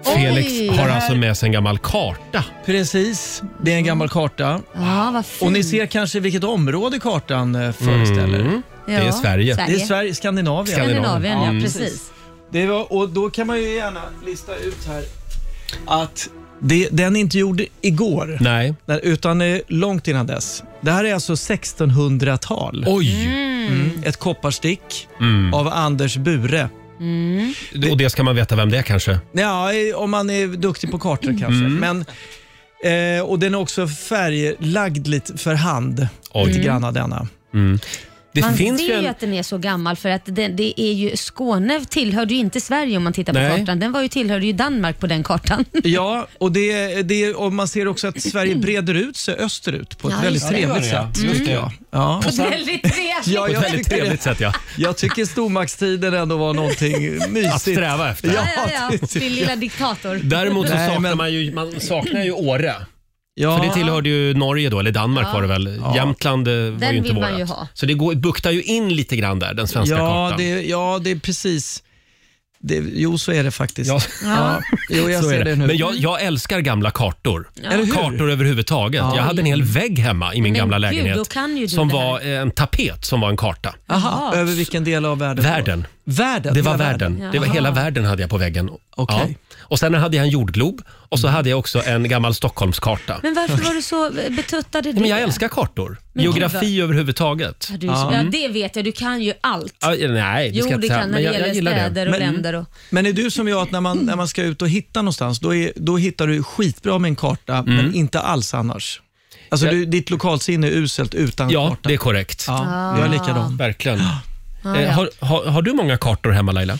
Felix Oj. har alltså med sig en gammal karta. Precis, det är en gammal karta. Ja, vad fint. Och ni ser kanske vilket område kartan eh, föreställer. Mm. Det är Ja, Sverige. Sverige. Det är Sverige, Skandinavien. Skandinavien, ja, Mm. precis. Det var, och då kan man ju gärna lista ut här att det, den är inte gjord igår, Nej. utan eh, långt innan dess. Det här är alltså sextonhundratal. Oj! Mm. Ett kopparstick Mm. av Anders Bure. Mm. Och det ska man veta vem det är kanske. Ja, eh, om man är duktig på kartor kanske. Mm. Men, eh, och den är också färglagd lite för hand. Oj. Lite grann av denna. Mm. Det Man finns ser ju ju en... att den är så gammal för att det, det är ju Skåne tillhörde ju inte Sverige om man tittar på Nej. kartan. Den var ju tillhörde ju Danmark på den kartan. Ja, och, det, det, och man ser också att Sverige breder ut sig österut på ett Ja, väldigt just det. trevligt Ja, sätt. just tycker det. jag. Ja. På ett väldigt trevligt. Ja, På ett jag väldigt tycker, trevligt sätt, ja. jag tycker stormaktstiden ändå var någonting mysigt. Att sträva efter. Ja, ja, ja. det tycker Din lilla diktator. Däremot så Nej, saknar men- man ju, man saknar ju Åre. Ja. För det tillhörde ju Norge då, eller Danmark Ja. var det väl. Ja. Jämtland eh, var ju inte vill man vårat. ju ha. Så det går, buktar ju in lite grann där, den svenska ja, kartan. det, ja, det är precis. Det, jo, så är det faktiskt. Ja. Ja. Jo, jag Så är ser det nu. Men jag, jag älskar gamla kartor. Eller hur? Kartor överhuvudtaget. Ja. Jag hade en hel vägg hemma i min Men gamla gud, lägenhet. då kan ju du som det här. var en tapet som var en karta. Aha, Jaha. över vilken del av världen? Världen. Världen? Det var hela världen. Det var Jaha. hela världen hade jag på väggen. Okej. Och sen hade jag en jordglob och så hade jag också en gammal Stockholmskarta. Men varför var du så betuttad i det? Men jag älskar kartor. Men gud, Geografi överhuvudtaget. Ja, du, är så- ja, det vet jag. Du kan ju allt. Ja, nej, det Jo, ska jag det inte säga. kan när Men det jag, jag gäller gillar städer det. och Men- länder. Och... Men är du som jag att när man, när man ska ut och hitta någonstans, då, är, då hittar du skitbra med en karta, men inte alls annars? Alltså Ja. du, ditt lokalsinne är uselt utan Ja, karta. det är korrekt. Ja, jag är likadan. Verkligen. Ja, Eh, ja. har, har, har du många kartor hemma, Laila?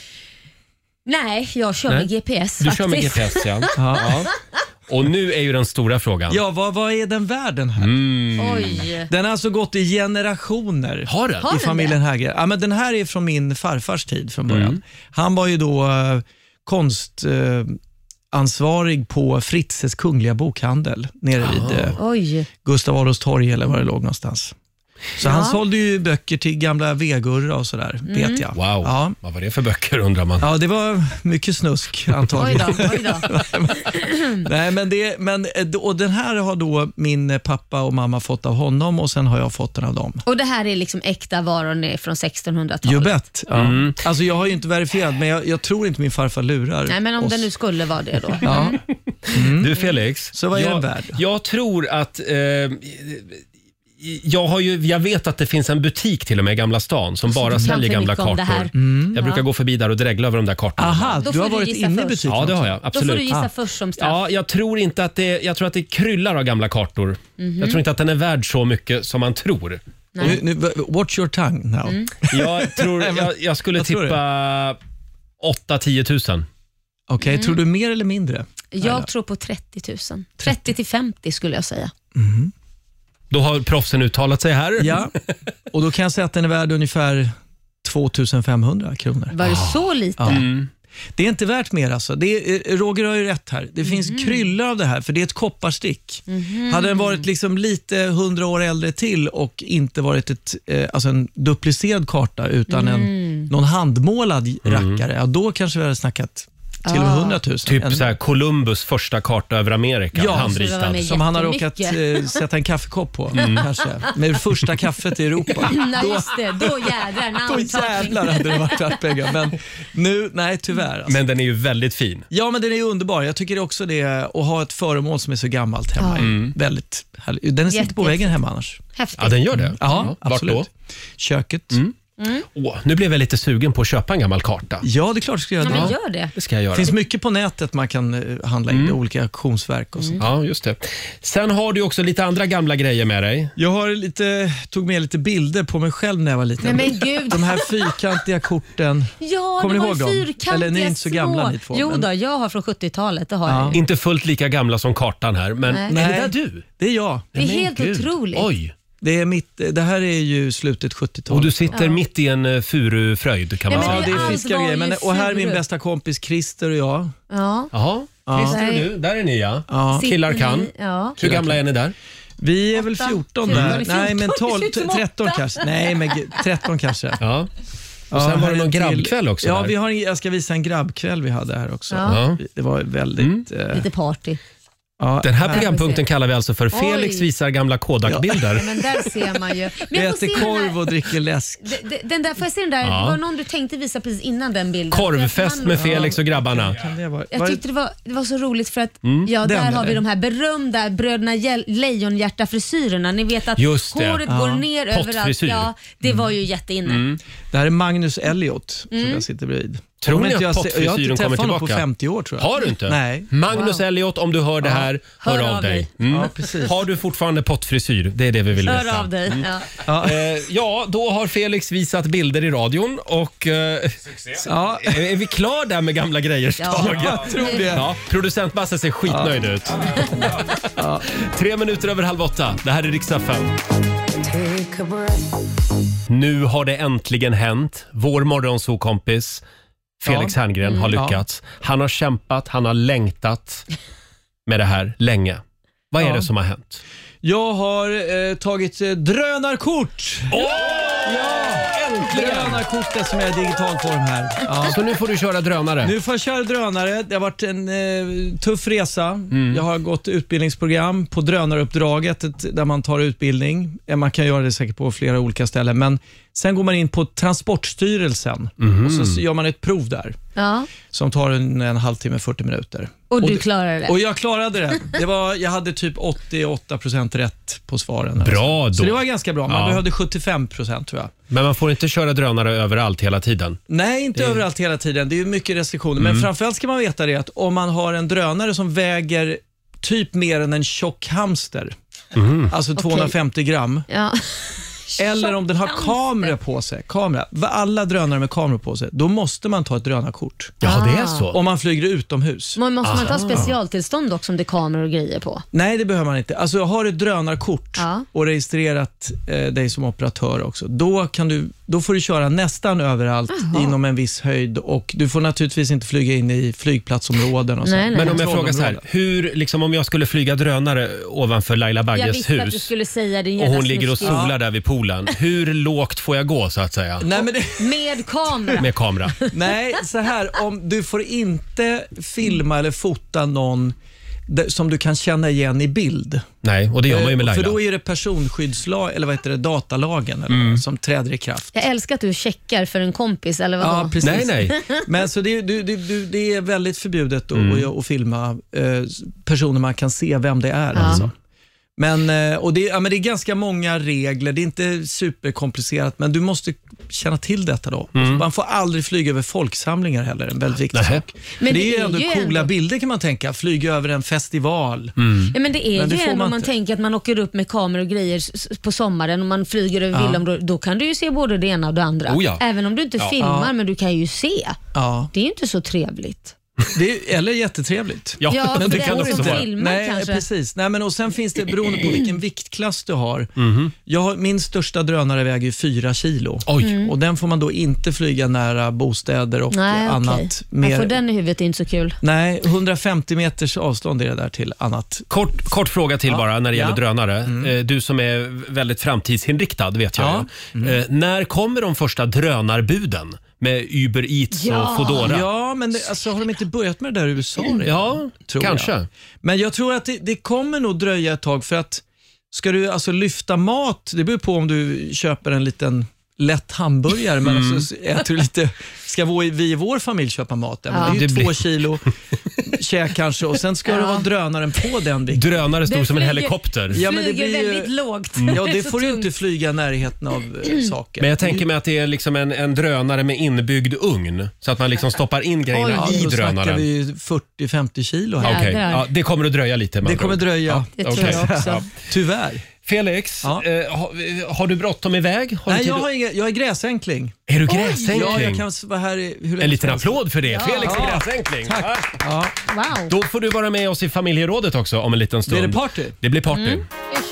Nej, jag kör Nej. med G P S Du faktiskt. kör med G P S, ja. ja. Och nu är ju den stora frågan. Ja, vad, vad är den världen här? Mm. Oj. Den har alltså gått i generationer. Har den? Har I den familjen Häger. Ja, men den här är från min farfars tid från början. Mm. Han var ju då eh, konstansvarig eh, ansvarig på Fritzes kungliga bokhandel nere vid eh, Oj. Gustav Adolfs torg eller var det låg någonstans. Så Ja. han sålde ju böcker till gamla vegurra och sådär, vet jag. Wow, Ja. vad var det för böcker undrar man? Ja, det var mycket snusk Oj antagligen. då, oj då. Nej, men det, men, och den här har då min pappa och mamma fått av honom och sen har jag fått den av dem. Och det här är liksom äkta varor från sextonhundratalet? You bet. Ja. Mm. Alltså jag har ju inte verifierat, men jag, jag tror inte min farfar lurar Nej, men om oss. det nu skulle vara det då. Ja. Du Felix, Så vad är jag, den värd? jag tror att eh, jag, har ju, jag vet att det finns en butik till och med i Gamla stan som bara du kan säljer för gamla mycket om det kartor. här. Jag brukar gå förbi där och drägla över de där kartorna. Aha, Då du får har du varit gissa inne i först. butiken Ja, det har jag. Då får Absolut. du gissa Ah. först som straff. Ja, jag tror inte att det, jag tror att det kryllar av gamla kartor. Jag tror inte att den är värd så mycket som man tror. Nu, nu, watch your tongue now. Mm. Jag, tror, jag, jag skulle Vad tror du? tippa åtta till tio tusen. Okej, Mm. tror du mer eller mindre? Jag tror på trettio tusen. trettio till femtio skulle jag säga. Då har proffsen uttalat sig här. Ja, och då kan jag säga att den är värd ungefär tvåtusen-femhundra kronor. Var det så lite? Mm. Det är inte värt mer alltså. Det är, Roger har ju rätt här. Det finns kryllor av det här, för det är ett kopparstick. Hade den varit liksom lite hundra år äldre till och inte varit ett, eh, alltså en duplicerad karta utan en, någon handmålad rackare, ja, då kanske vi hade snackat till och med Ah. hundratusen. Typ En- så här Columbus första karta över Amerika, Ja, handritad. så det var med- som han har råkat Jättemycket. eh, sätta en kaffekopp på, kanske. Med första kaffet i Europa. Nej, just det. Då jädrar. Now Då I'm talking. jävlar hade det varit värt pengar. Men nu, nej tyvärr. Alltså. Men den är ju väldigt fin. Ja, men den är ju underbar. Jag tycker också det, att ha ett föremål som är så gammalt hemma. är väldigt härligt. Den sitter på Jätte- väggen hemma annars. Häftigt. Ja, den gör det. Ja, Vart absolut. då? Köket. Åh, nu blev jag lite sugen på att köpa en gammal karta. Ja, det är klart du ska göra Ja, det. men gör det. Det ska jag göra. Det finns mycket på nätet man kan eh, handla in, olika auktionsverk och sånt. Ja, just det. Sen har du också lite andra gamla grejer med dig. Jag har lite, tog med lite bilder på mig själv när jag var liten. Nej, men gud. De här fyrkantiga korten. Ja, Kommer det ni var ihåg ju dem? fyrkantiga Eller ni är inte så gamla små. ni två, Jo men- då, jag har från sjuttiotalet, det har Ja. jag ju. Inte fullt lika gamla som kartan här, men Nej. är det Nej. där du? Det är jag. Det är Men helt gud. otroligt. Oj, Det, är mitt, det här är ju slutet sjuttiotal. och du sitter Ja. mitt i en uh, furufröjd kan man Nej, Ja, men säga. det är allt fiskar och var grejer. ju Men, och här är min furu. bästa kompis Christer och jag. Ja. Jaha, Christer och du, där är ni ja. Ja. Killar Sitter kan. ni- Ja. Hur gamla är ni där? Vi är väl Åtta. fjorton fjorton. där. Ni är Nej, men fjorton, tolv, det ser ut som tretton åtta. kanske. Nej, men g- tretton kanske. Ja. Och sen Ja, var här det någon en till- grabbkväll också. Ja, där. vi har en, jag ska visa en grabbkväll vi hade här också. Ja. Det var väldigt... eh, Lite party. ja, Den här programpunkten kallar vi alltså för Felix Oj. visar gamla Kodak-bilder. Ja, men där ser man ju. Vi Men jag får äter se den korv där, och dricker läsk. d- d- den där, får jag se den där? Ja. Det var någon du tänkte visa precis innan den bilden. Korvfest Man- med Felix och grabbarna. Kan det vara, Jag var- tyckte det var, det var så roligt för att Mm. ja, där Den, har vi eller? de här berömda bröderna Jel- Lejonhjärta-frisyrerna. Ni vet att Just det. håret Ja. går ner överallt. Pottfrisyr. Ja, det var ju jätteinne. Mm. Det här är Magnus Elliot som Mm. jag sitter bredvid. Tror Om ni inte att jag, se- jag har pottfrisyren inte kommer träffat honom på tillbaka? femtio år tror jag. Har du inte? Nej. Magnus Wow. Elliot, om du hör det här, hör, Hör av av dig. dig. Mm. Ja, precis. Har du fortfarande pottfrisyr? Det är det vi vill veta. Hör av dig. Ja. Ja. Eh, ja, då har Felix visat bilder i radion och eh, Ja. är vi klar där med gamla grejer? Ja. Tage? Jag tror det. Ja, producent Basse ser skitnöjd ut. Tre minuter över halv åtta. Det här är Rix-F M. Nu har det äntligen hänt. Vår morgonsokompis Felix Ja. Herngren har lyckats. Han har kämpat, han har längtat med det här länge. Vad är Ja. det som har hänt? Jag har eh, tagit eh, drönarkort. Åh! Äntligen! Drönarkortet som är i digital form här. Ja. Så nu får du köra drönare. Nu får jag köra drönare. Det har varit en eh, tuff resa. Mm. Jag har gått utbildningsprogram på drönaruppdraget ett- där man tar utbildning. Eh, Man kan göra det säkert på flera olika ställen. Men sen går man in på Transportstyrelsen Mhm. och så gör man ett prov där Ja. som tar en, en halvtimme, fyrtio minuter. Och du det- klarade det. Och jag klarade det. det var, jag hade typ åttioåtta procent rätt på svaren. Bra då. Så det var ganska bra. Man Ja. behövde sjuttiofem procent tror jag. Men man får inte köra drönare överallt hela tiden. Nej, inte överallt hela tiden. Det är ju mycket restriktioner. Mm. Men framförallt ska man veta det att om man har en drönare som väger typ mer än en tjock hamster, Mm. alltså tvåhundrafemtio gram, Ja. eller om den har hamster. kamera på sig, kamera, alla drönare med kameror på sig, då måste man ta ett drönarkort. Ja, det är Ah. så. Om man flyger utomhus. Men måste man ta Aha. specialtillstånd också om det är kameror och grejer på? Nej, det behöver man inte. Alltså jag har ett drönarkort Ja. och registrerat eh, dig som operatör också. Då, kan du, då får du köra nästan överallt Jaha. inom en viss höjd och du får naturligtvis inte flyga in i flygplatsområden och så. Nej, nej. Men om jag frågar så här, Kontrollområden. hur, liksom, om jag skulle flyga drönare ovanför Laila Jag Bagges visste att du hus skulle säga din och jävla hon ligger och snuskis. solar där vid poolen, hur lågt får jag gå så att säga? Nej, men det, Med kamera. Med kamera. nej, så här, om du får inte filma eller fota någon d- som du kan känna igen i bild. Nej, och det gör man ju med Eh, Laila. För då är det personskyddslag, eller vad heter det, datalagen eller, Mm. som träder i kraft. Jag älskar att du checkar för en kompis, eller vadå? Ja, precis. Nej, nej. Men så det, du, du, du, det är väldigt förbjudet att, Mm. att, att filma eh, personer man kan se vem det är. Ja. Alltså. Men, eh, och det, ja, men det är ganska många regler, det är inte superkomplicerat, men du måste känna till detta då. Mm. Man får aldrig flyga över folksamlingar heller, en väldigt viktig Nähä. sak. Men För det, det är är ändå ju coola ändå- bilder kan man tänka, flyga över en festival. Mm. Ja, men det är Men det ju får ändå man om man inte. tänker att man åker upp med kameror och grejer s- s- på sommaren och man flyger över Ja. villaområdet. Då kan du ju se både det ena och det andra. Oh ja. Även om du inte Ja. filmar, Ja. men du kan ju se. Ja. Det är ju inte så trevligt. Det är, eller jättetrevligt. Ja, Ja, men för det det kan är också inte vara. filmar Nej, kanske. precis. Nej, men och sen finns det, beroende på vilken viktklass du har. Mhm. Jag har min största drönare väger ju fyra kilo. Oj. Och den får man då inte flyga nära bostäder och Nej, annat. okej. Mer, Jag får den i huvudet är inte så kul. Nej, hundrafemtio meters avstånd är det där till annat. Kort, kort fråga till Ja. bara när det gäller Ja. drönare. Eh, Du som är väldigt framtidsinriktad vet jag Ja. ju. Eh, När kommer de första drönarbuden med Uber Eats Ja. och Foodora? Ja, men det, alltså, har de inte börjat med det där i U S A redan? Ja, tror kanske. jag. Men jag tror att det, det kommer nog dröja ett tag för att ska du alltså lyfta mat, det beror på om du köper en liten lätt hamburgare, men Mm. alltså, äter du lite, ska vi, vi i vår familj köpa mat? Ja. Men Ja. det är ju Det två blir- kilo käk kanske och sen ska det Ja. vara drönaren på den vikten. Drönare stod Den som en flyger- helikopter. Ja, men det Flyger blir ju- väldigt lågt. Ja, är det så får du tungt. inte flyga i närheten av eh, saker. Men jag tänker mig att det är liksom en, en drönare med inbyggd ugn. Så att man liksom stoppar in grejerna ja, i då snackar drönaren. vi fyrtio femtio kilo här. Okej, Jädrar. ja, det kommer att dröja lite. med Det andra kommer ord. dröja. Det tror Okej. jag också. Ja. Tyvärr. Felix, Ja. eh, har, har du bråttom iväg? Har du Nej, tid jag, att- har inga, jag är gräsänkling. Är du Ja, gräsänkling? jag kan vara här i- hur länge En liten som helst. applåd för det. Ja. Felix är Ja. gräsänkling. Tack. Ja. Wow. Då får du vara med oss i familjerådet också om en liten stund. Blir det party? Det blir party. Mm.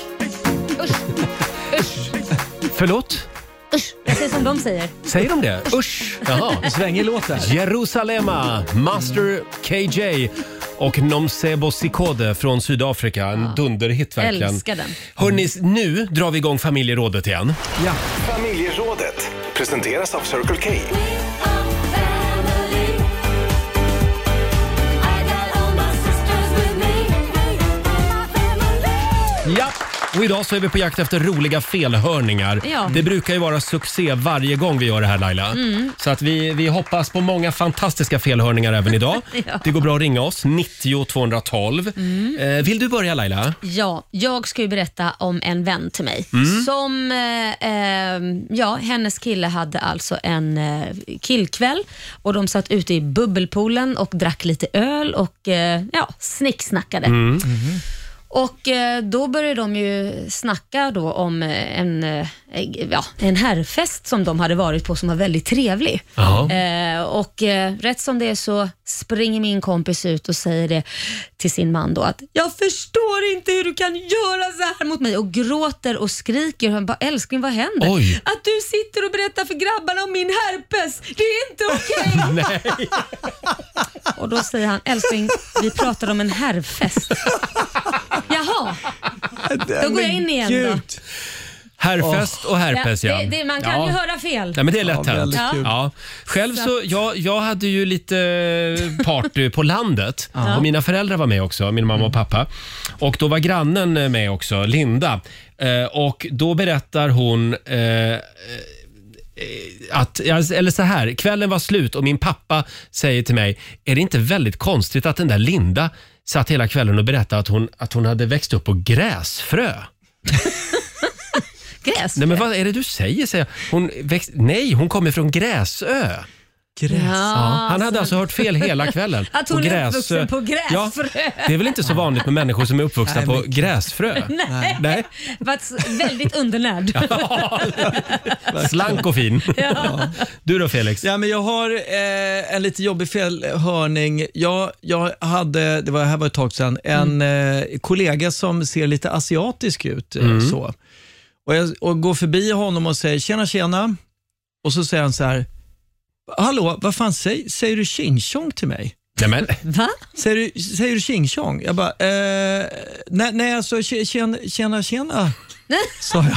Usch. Usch. Usch. Förlåt? Usch. Jag säger som de säger. Säger de det? Usch! Jaha. Svängig låt där. Jerusalema, Master K J och Nomsebo Sikode från Sydafrika. En Ja. dunderhit verkligen. Älskar den. Hörrni, nu drar vi igång familjerådet igen. Ja. Familjerådet presenteras av Circle K. Ja, och idag så är vi på jakt efter roliga felhörningar. Ja. Det brukar ju vara succé varje gång vi gör det här, Laila. Mm. Så att vi, vi hoppas på många fantastiska felhörningar även idag. Ja. Det går bra att ringa oss, nittio tvåhundratolv. Mm. Eh, vill du börja, Laila? Ja, jag ska ju berätta om en vän till mig. Mm. Som, eh, eh, ja, hennes kille hade alltså en eh, killkväll och de satt ute i bubbelpoolen och drack lite öl och eh, ja, snicksnackade. Mm. Och eh, då började de ju snacka då om eh, en, eh, ja, en herrfest som de hade varit på som var väldigt trevlig. Eh, och eh, rätt som det är så springer min kompis ut och säger det till sin man då att jag förstår inte hur du kan göra så här mot mig och gråter och skriker. Han bara, älskling, vad händer? Oj. Att du sitter och berättar för grabbarna om min herpes, det är inte okej. Nej. Och då säger han, älskling, vi pratar om en herrfest. Jaha, då går jag in igen då. Herrfest och herpes, ja. Det, det, man kan ja. ju höra fel. Ja, men det är lätt Ja, hänt. väldigt kul. Ja. Själv så, jag, jag hade ju lite party på landet. Ja. Och mina föräldrar var med också, min mamma och pappa. Och då var grannen med också, Linda. Eh, och då berättar hon... Eh, Att, eller så här, kvällen var slut och min pappa säger till mig, är det inte väldigt konstigt att den där Linda satt hela kvällen och berättade att hon, att hon hade växt upp på gräsfrö? Gräs? Nej, men vad är det du säger? säger jag. Hon växt, nej, hon kommer från Gräsö. Gräs. Ja, han hade alltså hört fel hela kvällen. Att hon Och är Gräsö- uppvuxen på gräsfrö. Ja, det är väl inte så vanligt med människor som är uppvuxna Nej, på men- gräsfrö? Nej, Nej. Fast väldigt undernärd. Slank och fin. Ja. Du då, Felix? Ja, men jag har eh, en lite jobbig felhörning. Jag, jag hade, det var, här var ett tag sedan, en eh, kollega som ser lite asiatisk ut. eh, Mm. Så. Och jag och går förbi honom och säger tjena, tjena. Och så säger han så här, hallå, vad fan säger, säger du tjing tjong till mig? Nej, men. Va? Säger du, säger du tjing tjong? Jag bara, eh, nej, nej alltså tjena, tjena, tjena, sa jag.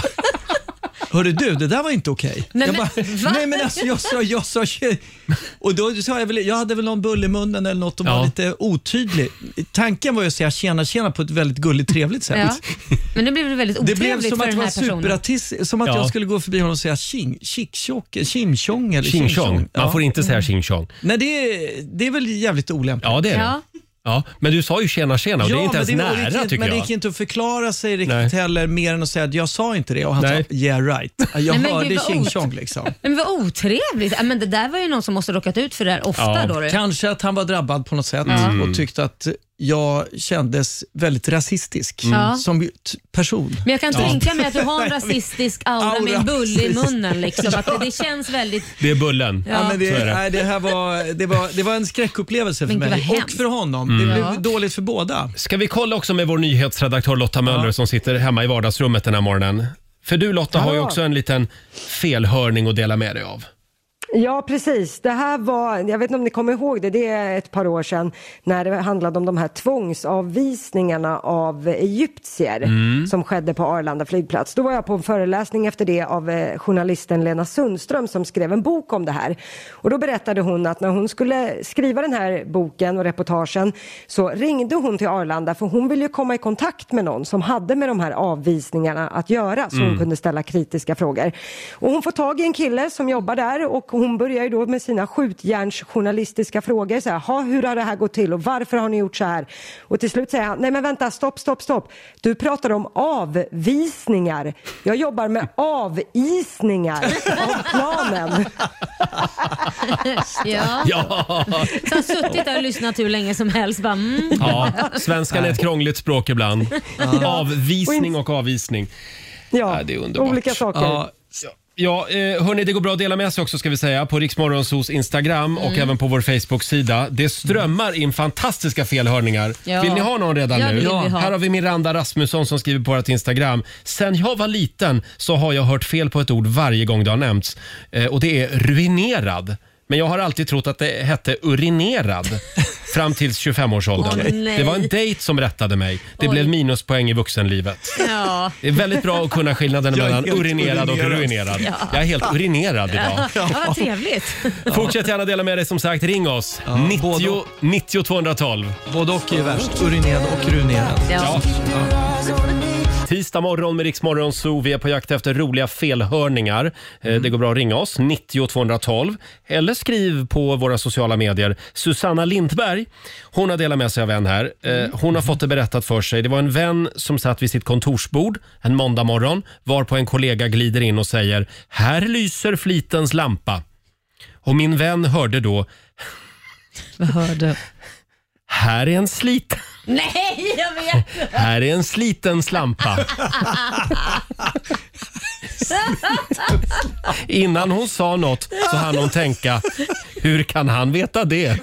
Hörru du, det där var inte okej. Nej, jag men, bara, va? nej men alltså jag sa, jag sa tje- och då sa jag väl, jag hade väl någon bull i munnen eller något och Ja. var lite otydlig. Tanken var ju att säga tjena tjena på ett väldigt gulligt trevligt sätt. Ja. Men det blev det väldigt Det blev otrevligt som för att det den var här personen. superartist, som att Ja. jag skulle gå förbi honom och säga tjing, tjick-tjock, chim-tjong eller Ching ching-tjong. chong. Man Ja. får inte säga ching chong. Nej, det är, det är väl jävligt olämpligt. Ja, det är det. Ja. Ja, men du sa ju tjena tjena och det är inte ens men det, och det nära, gick inte- tycker Men det jag. gick inte att förklara sig riktigt Nej. heller, mer än att säga att jag sa inte det. Och han Nej. sa, yeah right. Jag Nej, men hörde gud, vad ching-tjong liksom. Men vad otrevligt. Ja, men det där var ju någon som måste råkat ut för det här ofta Ja. då. Du. Kanske att han var drabbad på något sätt Mm. och tyckte att jag kändes väldigt rasistisk Ja. som t- person. Men jag kan Ja. tänka mig att du har en rasistisk aura med en bull i munnen. Liksom. Att det, det känns väldigt... Det är bullen. Ja. Ja, men det, Så är det. nej, det här var, det var, det var en skräckupplevelse för Men gud, mig vad och hemskt. för honom. Mm. Det blev Ja. dåligt för båda. Ska vi kolla också med vår nyhetsredaktör Lotta Möller som sitter hemma i vardagsrummet den här morgonen? För du Lotta har ju Ja. också en liten felhörning att dela med dig av. Ja, precis. Det här var, jag vet inte om ni kommer ihåg det, det är ett par år sedan när det handlade om de här tvångsavvisningarna av egyptier Mm. som skedde på Arlanda flygplats. Då var jag på en föreläsning efter det av eh, journalisten Lena Sundström som skrev en bok om det här. Och då berättade hon att när hon skulle skriva den här boken och reportagen så ringde hon till Arlanda för hon ville ju komma i kontakt med någon som hade med de här avvisningarna att göra så hon kunde ställa kritiska frågor. Och hon får tag i en kille som jobbar där och hon börjar ju då med sina skjutjärnsjournalistiska frågor. Så här, ha, hur har det här gått till och varför har ni gjort så här? Och till slut säger han, nej men vänta, stopp, stopp, stopp. Du pratar om avvisningar. Jag jobbar med avisningar av planen. Ja. Ja, Så har suttit där och lyssnat hur länge som helst. Bara, mm. ja. Svenskan är ett krångligt språk ibland. Avvisning och avvisning. Ja, Ja, det är underbart. olika saker. Ja, Ja, eh, hörni, det går bra att dela med sig också ska vi säga på Riksmorgonsos Instagram och även på vår Facebook-sida. Det strömmar in fantastiska felhörningar. Ja. Vill ni ha någon redan Ja, det nu? vill vi ha. Här har vi Miranda Rasmusson som skriver på vårt Instagram. Sen jag var liten så har jag hört fel på ett ord varje gång det har nämnts. Eh, och det är ruinerad. Men jag har alltid trott att det hette urinerad fram till tjugofem-årsåldern. Åh, det var en dejt som rättade mig. Det Oj. blev minuspoäng i vuxenlivet. Ja. Det är väldigt bra att kunna skillnaden Jag är mellan helt urinerad och urinerad. ruinerad. Ja. Jag är helt urinerad idag. Ja, vad trevligt. Fortsätt gärna dela med dig som sagt. Ring oss. Ja, nittio, både- nittio tvåhundratolv. Både och är värst. Urinerad och ruinerad. Ja. Tisdag morgon med Rix Morgon Zoo. Vi är på jakt efter roliga felhörningar. Eh, Det går bra att ringa oss, nittio tvåhundratolv. Eller skriv på våra sociala medier. Susanna Lindberg, hon har delat med sig av en här. Eh, Hon har fått det berättat för sig. Det var en vän som satt vid sitt kontorsbord en måndag morgon, varpå en kollega glider in och säger: här lyser flitens lampa. Och min vän hörde då: Vad hörde? här är en slit. Nej, jag vet. Här är en sliten slampa. Innan hon sa något så hann hon tänka: hur kan han veta det?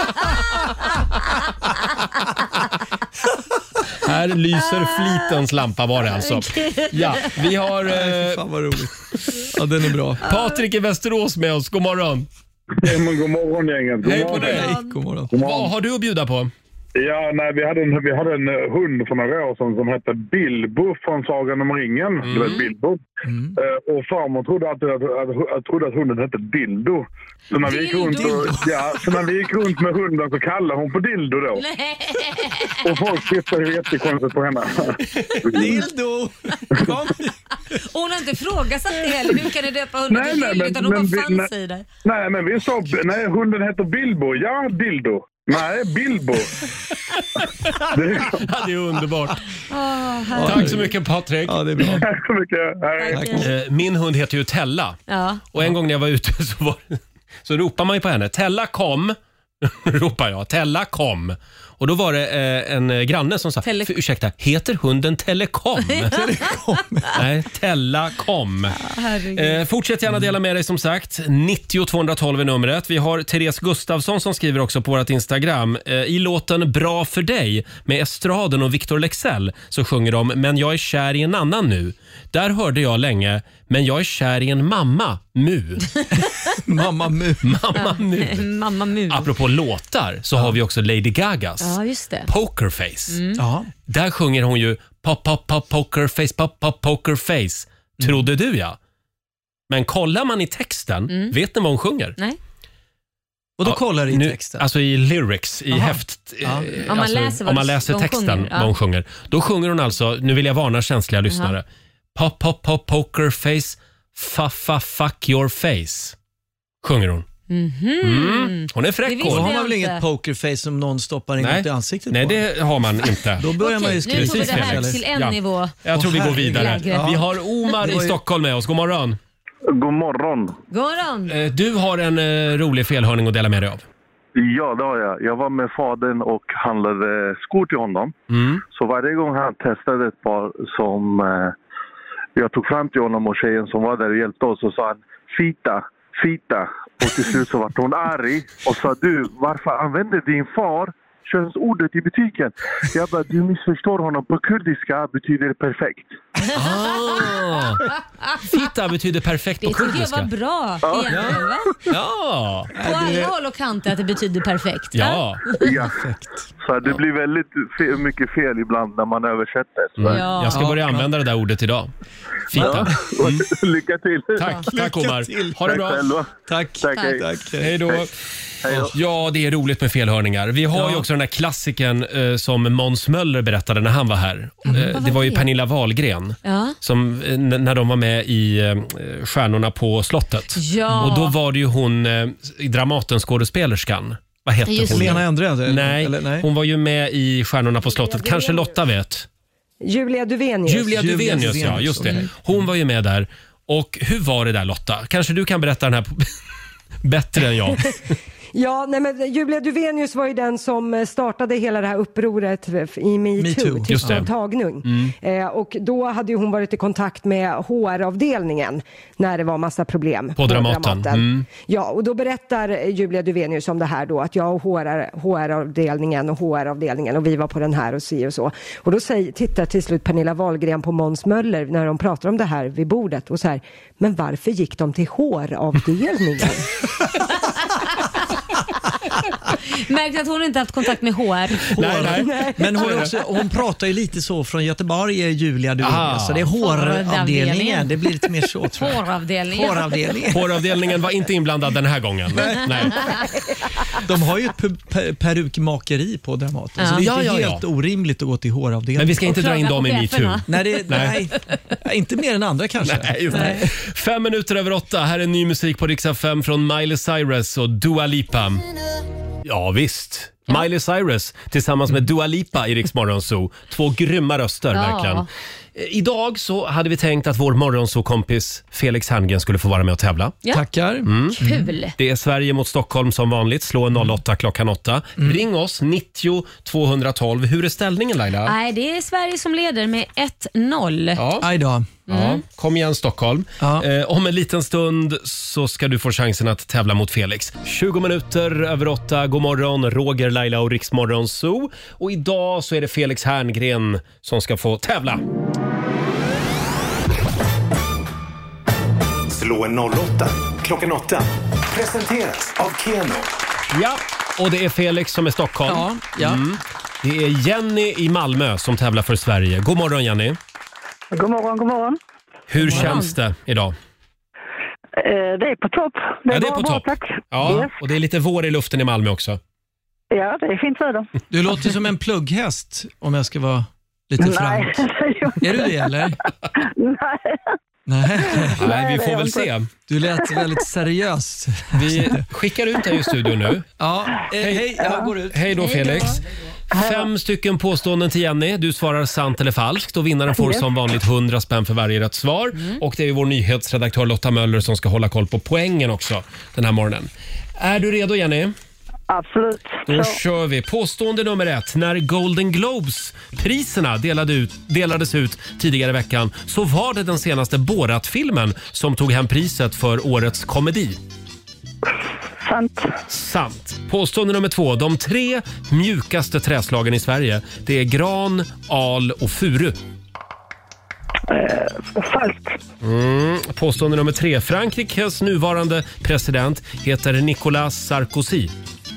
Här lyser flitens lampa var det alltså. Ja, vi har eh, Fan vad roligt. Ja, den är bra. Patrik i Västerås med oss. God morgon. Ja, men god morgon gänget. God Hej på morgon. dig. Hej, god morgon. Vad har du att bjuda på? Ja, nej, vi hade en, vi hade en eh, hund för några år sedan som hette Bilbo från Sagan om ringen. Mm. Du vet Bilbo. Eh, och farmor trodde att, att, att, att, trodde att hunden hette Dildo. Så när, vi gick runt och, ja, så när vi gick runt med hunden så kallade hon på Dildo då. Och folk tittade jättekonstigt på henne. Dildo! Kom. Hon har inte frågasatt det heller. Hur kan du döpa hunden Nej, till nej, Dildo? men- Utan hon bara men vi- fanns nej. i det. Nej, men vi sa, nej, hunden heter Bilbo. Ja, Dildo. Nej, Bilbo. Det är, Ja, det är underbart. Åh, här. Tack så mycket Patrik. Ja, det är bra. tack så mycket. Hej. Eh, Min hund heter ju Tella. Ja. Och en gång när jag var ute så, var, så ropar man ju på henne. Tella kom. Ropar jag. Tella kom. Och då var det eh, en eh, granne som sa: Tele- för, ursäkta, heter hunden Telekom? Telekom. Nej, Tella kom. Herregud. Eh, fortsätt gärna dela med dig som sagt. nittio tvåhundratolv är numret. Vi har Therese Gustafsson som skriver också på vårt Instagram. Eh, I låten Bra för dig med Estraden och Victor Lexell så sjunger de: men jag är kär i en annan nu. Där hörde jag länge: men jag är kär i en mamma mu. Mamma Mu. Mamma mu. Mamma Mu. Apropå låtar så har vi också Lady Gagas Ja, just det. Pokerface. Ja. Där sjunger hon ju pop, pop, pop, pokerface, pop, pop, pokerface. Trodde du ja. Men kollar man i texten, vet ni vad hon sjunger? Nej. Och då Ja, kollar i nu, texten. alltså i lyrics, i Aha. häft. Ja. eh, Om man alltså, läser vad om man läser de texten, sjunger, ja. vad hon sjunger. Då sjunger hon alltså, nu vill jag varna känsliga lyssnare. Pop, pop, pop, pokerface, fa, fa, fuck your face. Sjunger hon. Mm. Hon är Det fräck visste Då hon. har jag man väl inte. inget pokerface som någon stoppar in Nej. i ansiktet Nej, på? det har man inte. Då börjar man ju Okej, nu tog vi Precis, det här Felix. till en Ja. nivå. Jag tror vi går vidare. herregud. Vi har Omar Det i var ju- Stockholm med oss. God morgon. God morgon. God morgon. Eh, Du har en eh, rolig felhörning att dela med dig av. Ja, det har jag. Jag var med fadern och handlade skor till honom. Mm. Så varje gång han testade ett par som eh, jag tog fram till honom och tjejen som var där och hjälpte oss, så sa han fita, fita. Och till slut så var hon arg och sa: du, varför använder din far könsordet i butiken? Jag bara: du missförstår honom. På kurdiska betyder det perfekt. Ah. Fitta betyder perfekt Det på tycker jag kurdiska. var bra egentligen, va? Ja. På alla håll och kanter att det betyder perfekt. Ja. Ja. Så det blir väldigt fe- mycket fel ibland när man översätter. Så. Mm. Ja. Jag ska börja använda det där ordet idag. Fitta. Lycka till. Tack, tack Omar. till. Ha det Tack bra. själva. Tack. Tack, hej. Tack. Hej då. Hej då. Ja, det är roligt med felhörningar. Vi har Ja. ju också den här klassiken eh, som Måns Möller berättade när han var här. Eh, Vad det var var ju det? Pernilla Wahlgren Ja. som, eh, n- när de var med i eh, Stjärnorna på slottet. Ja. Och då var det ju hon, eh, Dramaten-skådespelerskan. Vad hette Just hon? det. Lena Endre, eller? Nej, Eller, nej. hon var ju med i Stjärnorna på slottet. Kanske Lotta vet. Julia Duvenius. Julia Julia Duvenius, ja, Duvenius, just det. okej. Hon var ju med där. Och hur var det där Lotta? Kanske du kan berätta den här på- bättre än jag. Ja, nej men Julia Duvenius var ju den som startade hela det här upproret i Me MeToo, Too, tyst just det. av Tagnung. Eh, och då hade ju hon varit i kontakt med H R-avdelningen när det var massa problem På Dramaten. Mm. Ja, och då berättar Julia Duvenius om det här då, att jag och H R, H R-avdelningen och H R-avdelningen och vi var på den här och si och så. Och då säger, tittar till slut Pernilla Wahlgren på Måns Möller när de pratar om det här vid bordet och så här: men varför gick de till H R-avdelningen? Märkte att hon inte haft kontakt med H R. Nej, nej. Men hon, är också, hon pratar ju lite så från Göteborg, är Julia du Aha. vet, så det är håravdelningen. Det blir lite mer så tror jag. Håravdelningen. Håravdelningen. Håravdelningen var inte inblandad den här gången. Nej. De har ju ett per- per- perukmakeri på Dramaten, så det är Ja, inte ja, ja. helt orimligt att gå till håravdelningen. Men vi ska inte dra in dem i metoo. Nej, det, nej. nej, inte mer än andra kanske. Nej, just det. Fem minuter över åtta. Här är ny musik på Riksa fem från Miley Cyrus och Dua Lipa. Ja, visst. Ja. Miley Cyrus tillsammans med Dua Lipa i Rix Morgon Zoo. Två grymma röster, Ja. verkligen. Idag så hade vi tänkt att vår morgonzoo-kompis Felix Herngren skulle få vara med och tävla. Ja. Tackar. Mm. Kul. Det är Sverige mot Stockholm som vanligt. Slå en noll åtta klockan åtta. Mm. Ring oss, nittio tvåhundratolv. Hur är ställningen, Laila? Nej, det är Sverige som leder med ett noll. Ja. Aj då. Ja, kom igen Stockholm. Ja. Eh, om en liten stund så ska du få chansen att tävla mot Felix. tjugo minuter över åtta. God morgon, Roger, Laila och Rix Morgon Zoo. Och idag så är det Felix Herngren som ska få tävla. Slå en noll åtta klockan åtta. Presenteras av Keno. Ja, och det är Felix som är Stockholm. Ja, ja. Mm. Det är Jenny i Malmö som tävlar för Sverige. God morgon Jenny. God morgon, god morgon. Hur God morgon. känns det idag? Eh, det är på topp. Det är, Ja, det är bra, på bra, topp. tack. Ja, Yes. och det är lite vår i luften i Malmö också. Ja, det är fint väder. Du låter som en plugghäst om jag ska vara lite Nej, frank. Är du det eller? nej. Nej. Nej, vi det får är väl inte. se. Du lät väldigt seriös. Vi skickar ut dig i studion nu. Ja, eh, hej, jag går ut. Hej då Felix. Fem stycken påståenden till Jenny. Du svarar sant eller falskt och vinnaren får Yes. som vanligt hundra spänn för varje rätt svar. Och det är vår nyhetsredaktör Lotta Möller som ska hålla koll på poängen också den här morgonen. Är du redo Jenny? Absolut. Då Så, kör vi. Påstående nummer ett. När Golden Globes-priserna delade ut, delades ut tidigare i veckan så var det den senaste Borat-filmen som tog hem priset för årets komedi. sant. Sant. Påstående nummer två. De tre mjukaste träslagen i Sverige, det är gran, al och furu. Eh, falskt. Mm. Påstående nummer tre. Frankrikes nuvarande president heter Nicolas Sarkozy.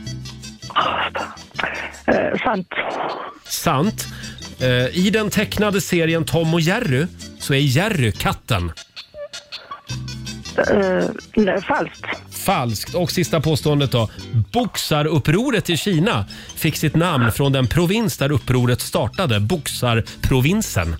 Eh, sant. Sant. Eh, I den tecknade serien Tom och Jerry så är Jerry katten. Eh, nej, falskt. Falskt. Och sista påståendet då. Boxarupproret i Kina fick sitt namn från den provins där upproret startade. Boxarprovinsen.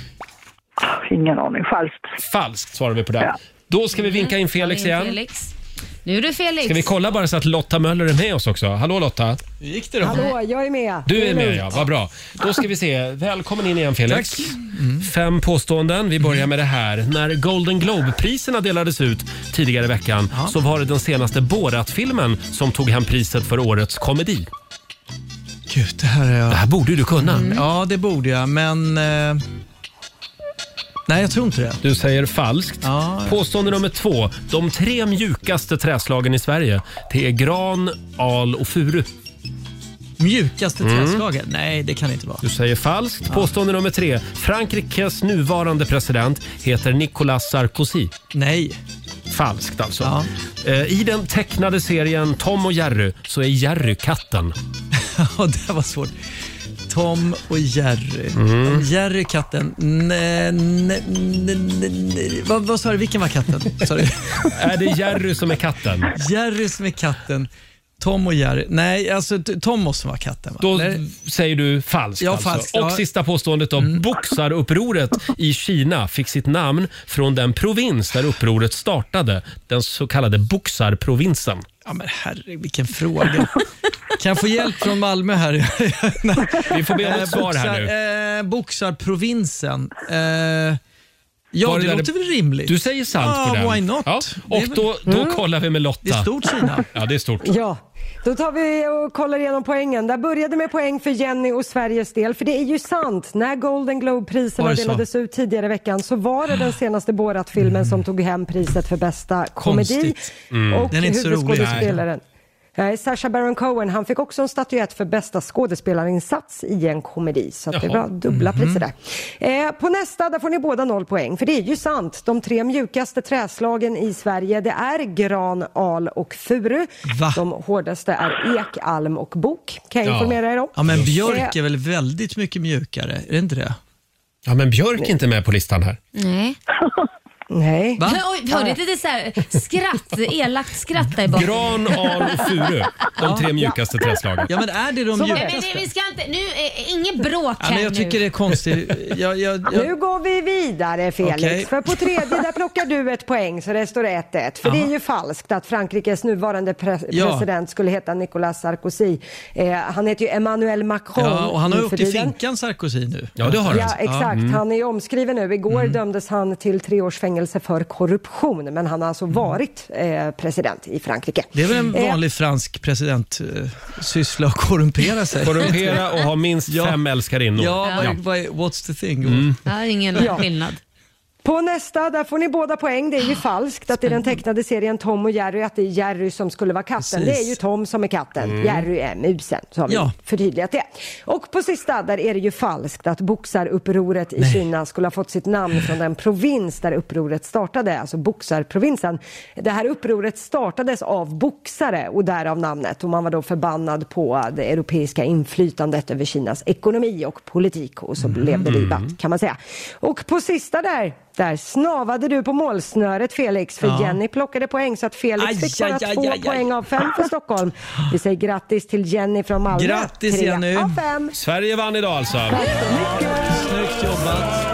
Ingen aning. Falskt. Falskt svarar vi på det. Ja. Då ska vi vinka in Felix igen. Felix. Nu är du Felix. Ska vi kolla bara så att Lotta Möller är med oss också? Hallå Lotta. Hur gick det då? Hallå, jag är med. Du Det är med lugnt. ja, vad bra. Då ska vi se. Välkommen in igen Felix. Tack. Fem påståenden. Vi börjar med det här. När Golden Globe-priserna delades ut tidigare i veckan Ja. så var det den senaste Borat-filmen som tog hem priset för årets komedi. Gud, det här är jag... Det här borde ju du kunna. Ja, det borde jag, men... Eh... Nej, jag tror inte det. Du säger falskt. Ja. Påstående nummer två. De tre mjukaste träslagen i Sverige, det är gran, al och furu. Mjukaste träslaget? Nej, det kan det inte vara. Du säger falskt. Påstående nummer tre. Frankrikes nuvarande president heter Nicolas Sarkozy. Nej. Falskt alltså. Ja. Eh, I den tecknade serien Tom och Jerry så är Jerry katten. Ja, det var svårt. Tom och Jerry. Mm. Jerry katten. Nej, nej, nej, nej. Vad, vad sa du? Vilken var katten? Sorry. Är det Jerry som är katten? Jerry som är katten. Tom och Jerry. Nej, alltså t- Tom måste vara katten. Va? Då Eller? säger du falskt, Ja, alltså. falskt, Och ja. sista påståendet då. Boxarupproret i Kina fick sitt namn från den provins där upproret startade. Den så kallade Boxarprovinsen. Ja, men herre, vilken fråga. Kan jag få hjälp från Malmö här? Vi får be om ett svar här nu. Eh, Boxarprovinsen. Eh, ja, Var det, det där låter väl rimligt. Du säger sant ja, på den. Why not? Ja, Det är och väl- då, då kollar vi med Lotta. Det är stort Kina. Ja, det är stort. Ja, då tar vi och kollar igenom poängen. Där började med poäng för Jenny och Sveriges del. För det är ju sant, när Golden Var Globe-priserna det så? delades ut tidigare i veckan så var det den senaste Borat-filmen som tog hem priset för bästa komedi. Konstigt. Mm. Och Den är inte så rolig. huvudskådespelaren. Nej, Sacha Baron Cohen, han fick också en statyett för bästa skådespelarinsats i en komedi. Så att det var dubbla priser där. Eh, på nästa, där får ni båda noll poäng. För det är ju sant, de tre mjukaste träslagen i Sverige, det är gran, al och furu. Va? De hårdaste är ek, alm och bok. Kan jag Ja. informera er om. Ja, men björk Eh, är väl väldigt mycket mjukare, är det inte det? Ja, men björk är inte med på listan här. Nej. Nej. Va? Oj, hörde inte det så här skratt, elakt skratt där i bakgrunden? Gran, al och furu. De tre mjukaste trädslagen. Ja, men är det de Så var det. Nej, men mjukaste? det, vi ska inte, nu, eh, inget bråk Ja, här men jag tycker nu. det är konstigt. Jag, jag, Nu jag, går vi vidare, Felix. Okej. För på tredje, där plockar du ett poäng, så det står ett ett. För det är ju falskt att Frankrikes nuvarande pre- Ja. president skulle heta Nicolas Sarkozy. Eh, han heter ju Emmanuel Macron. ja, och han har nu ju för åkt i tiden. finkan Sarkozy nu. Ja, det har han. Ja, exakt. Han är ju omskriven nu. Igår dömdes han till tre års fängelse för korruption, men han har alltså varit eh, president i Frankrike. Det är väl en Eh, vanlig fransk president eh, syssla att korrumpera sig. Korrumpera och ha minst Ja. fem älskarinnor. Ja, vad, Ja. vad, är- what's the thing? Det är ingen Ja. skillnad. På nästa, där får ni båda poäng. Det är ju falskt att i den tecknade serien Tom och Jerry att det är Jerry som skulle vara katten. Precis. Det är ju Tom som är katten. Jerry är musen. Så har vi Ja. förtydligat det. Och på sista, där är det ju falskt att boxarupproret i Kina skulle ha fått sitt namn från den provins där upproret startade, alltså boxarprovinsen. Det här upproret startades av boxare och därav namnet. Och man var då förbannad på det europeiska inflytandet över Kinas ekonomi och politik. Och så blev det livat, kan man säga. Och på sista där, där snavade du på målsnöret, Felix, för Ja. Jenny plockade poäng så att Felix Aj, fick bara aj, aj, två aj, aj. poäng av fem för Stockholm. Vi säger grattis till Jenny från Malmö. Grattis, Tre Jenny. av fem. Sverige vann idag alltså. Tack så mycket. Snyggt jobbat.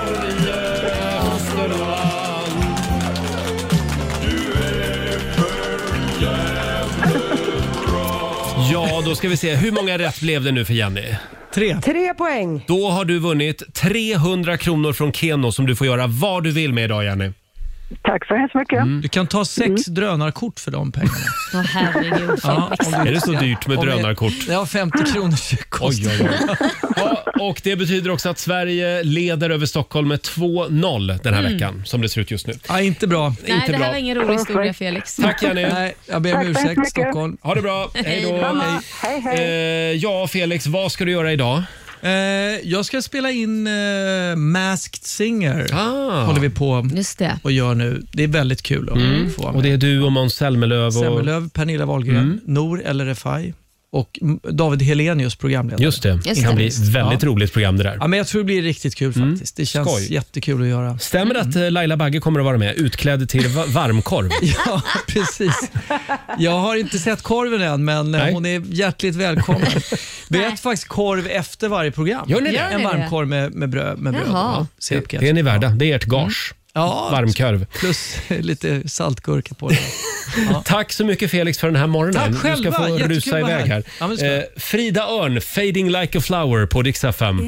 Ja, då ska vi se. Hur många rätt blev det nu för Jenny? Tre. Tre poäng. Då har du vunnit trehundra kronor från Keno som du får göra vad du vill med idag, Jenny. Tack så hemskt mycket. Du kan ta sex drönarkort för de pengarna. Åh herregud. Ja, om du- Är det så dyrt med om det- drönarkort? Ja, femtio kronor kostar. Oj, oj, oj. Ja, och det betyder också att Sverige leder över Stockholm med två noll den här veckan, som det ser ut just nu. Ja, inte bra. Nej, Inte det här bra. var ingen rolig historia, Felix. Tack Jenny. Nej, jag ber om Tack så ursäkt, mycket. Stockholm. Ha det bra. Hej då. Detsamma. Hej, hej. Eh, ja, Felix, vad ska du göra idag? Eh, jag ska spela in eh, Masked Singer. Ah. Håller vi på Just det. och gör nu. Det är väldigt kul att få vara Och det med. är du och Måns Zelmerlöw och... Semmelöv, Pernilla Wahlgren, Mm. Nour L R F I och mm, David Helenius, programledare. Just det, det Just kan det. bli väldigt Ja. roligt program det där. Ja, men jag tror det blir riktigt kul faktiskt. Det känns Skoj. jättekul att göra. Stämmer det att eh, Laila Bagge kommer att vara med utklädd till va- varmkorv? Ja, precis. Jag har inte sett korven än, men eh, Nej. hon är hjärtligt välkommen. Vi äter faktiskt korv efter varje program. Gör ni det? Gör ni En det? varmkorv med, med bröd. Med bröd Jaha. och Det, senapsketchup. det är ni värda. Det är ert gage. Ja, Varmkorv. plus lite saltgurka på det. Tack så mycket Felix för den här morgonen. Tack Du ska själva. få Jättekul rusa att vara iväg här. här. Ja, men det ska jag. Eh, Frida Örn, Fading like a flower på Dix F M.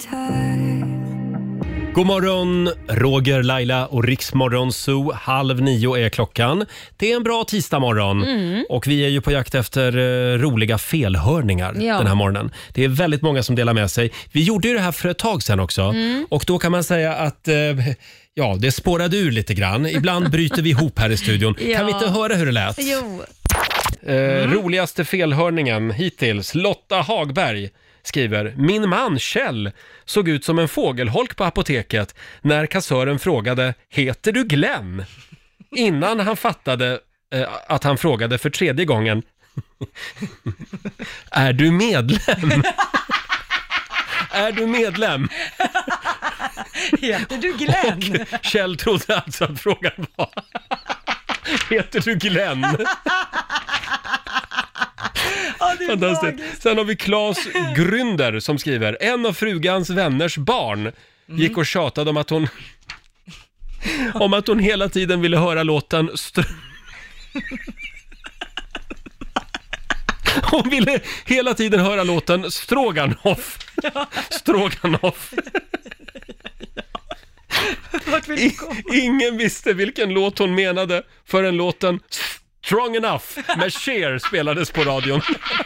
God morgon, Roger, Laila och Riksmorgon Zoo. Halv nio är klockan. Det är en bra tisdagmorgon och vi är ju på jakt efter eh, roliga felhörningar Ja. den här morgonen. Det är väldigt många som delar med sig. Vi gjorde ju det här för ett tag sedan också och då kan man säga att eh, ja, det spårade ur lite grann. Ibland bryter vi ihop här i studion. Ja. Kan vi inte höra hur det lät? Jo. Eh, Roligaste felhörningen hittills. Lotta Hagberg skriver: Min man Kjell såg ut som en fågelholk på apoteket när kassören frågade heter du Glenn? Innan han fattade eh, att han frågade för tredje gången är du medlem? Är du medlem? Heter du Glenn? Och Kjell trodde alltså att frågan var heter du Glenn? Fantastiskt. Sen har vi Claes Grynder som skriver: En av frugans vänners barn gick och tjatade om att hon om att hon hela tiden ville höra låten str- Hon ville hela tiden höra låten Stroganoff. Stroganoff. I, ingen visste vilken låt hon menade förrän låten Strong Enough med Cher spelades på radion.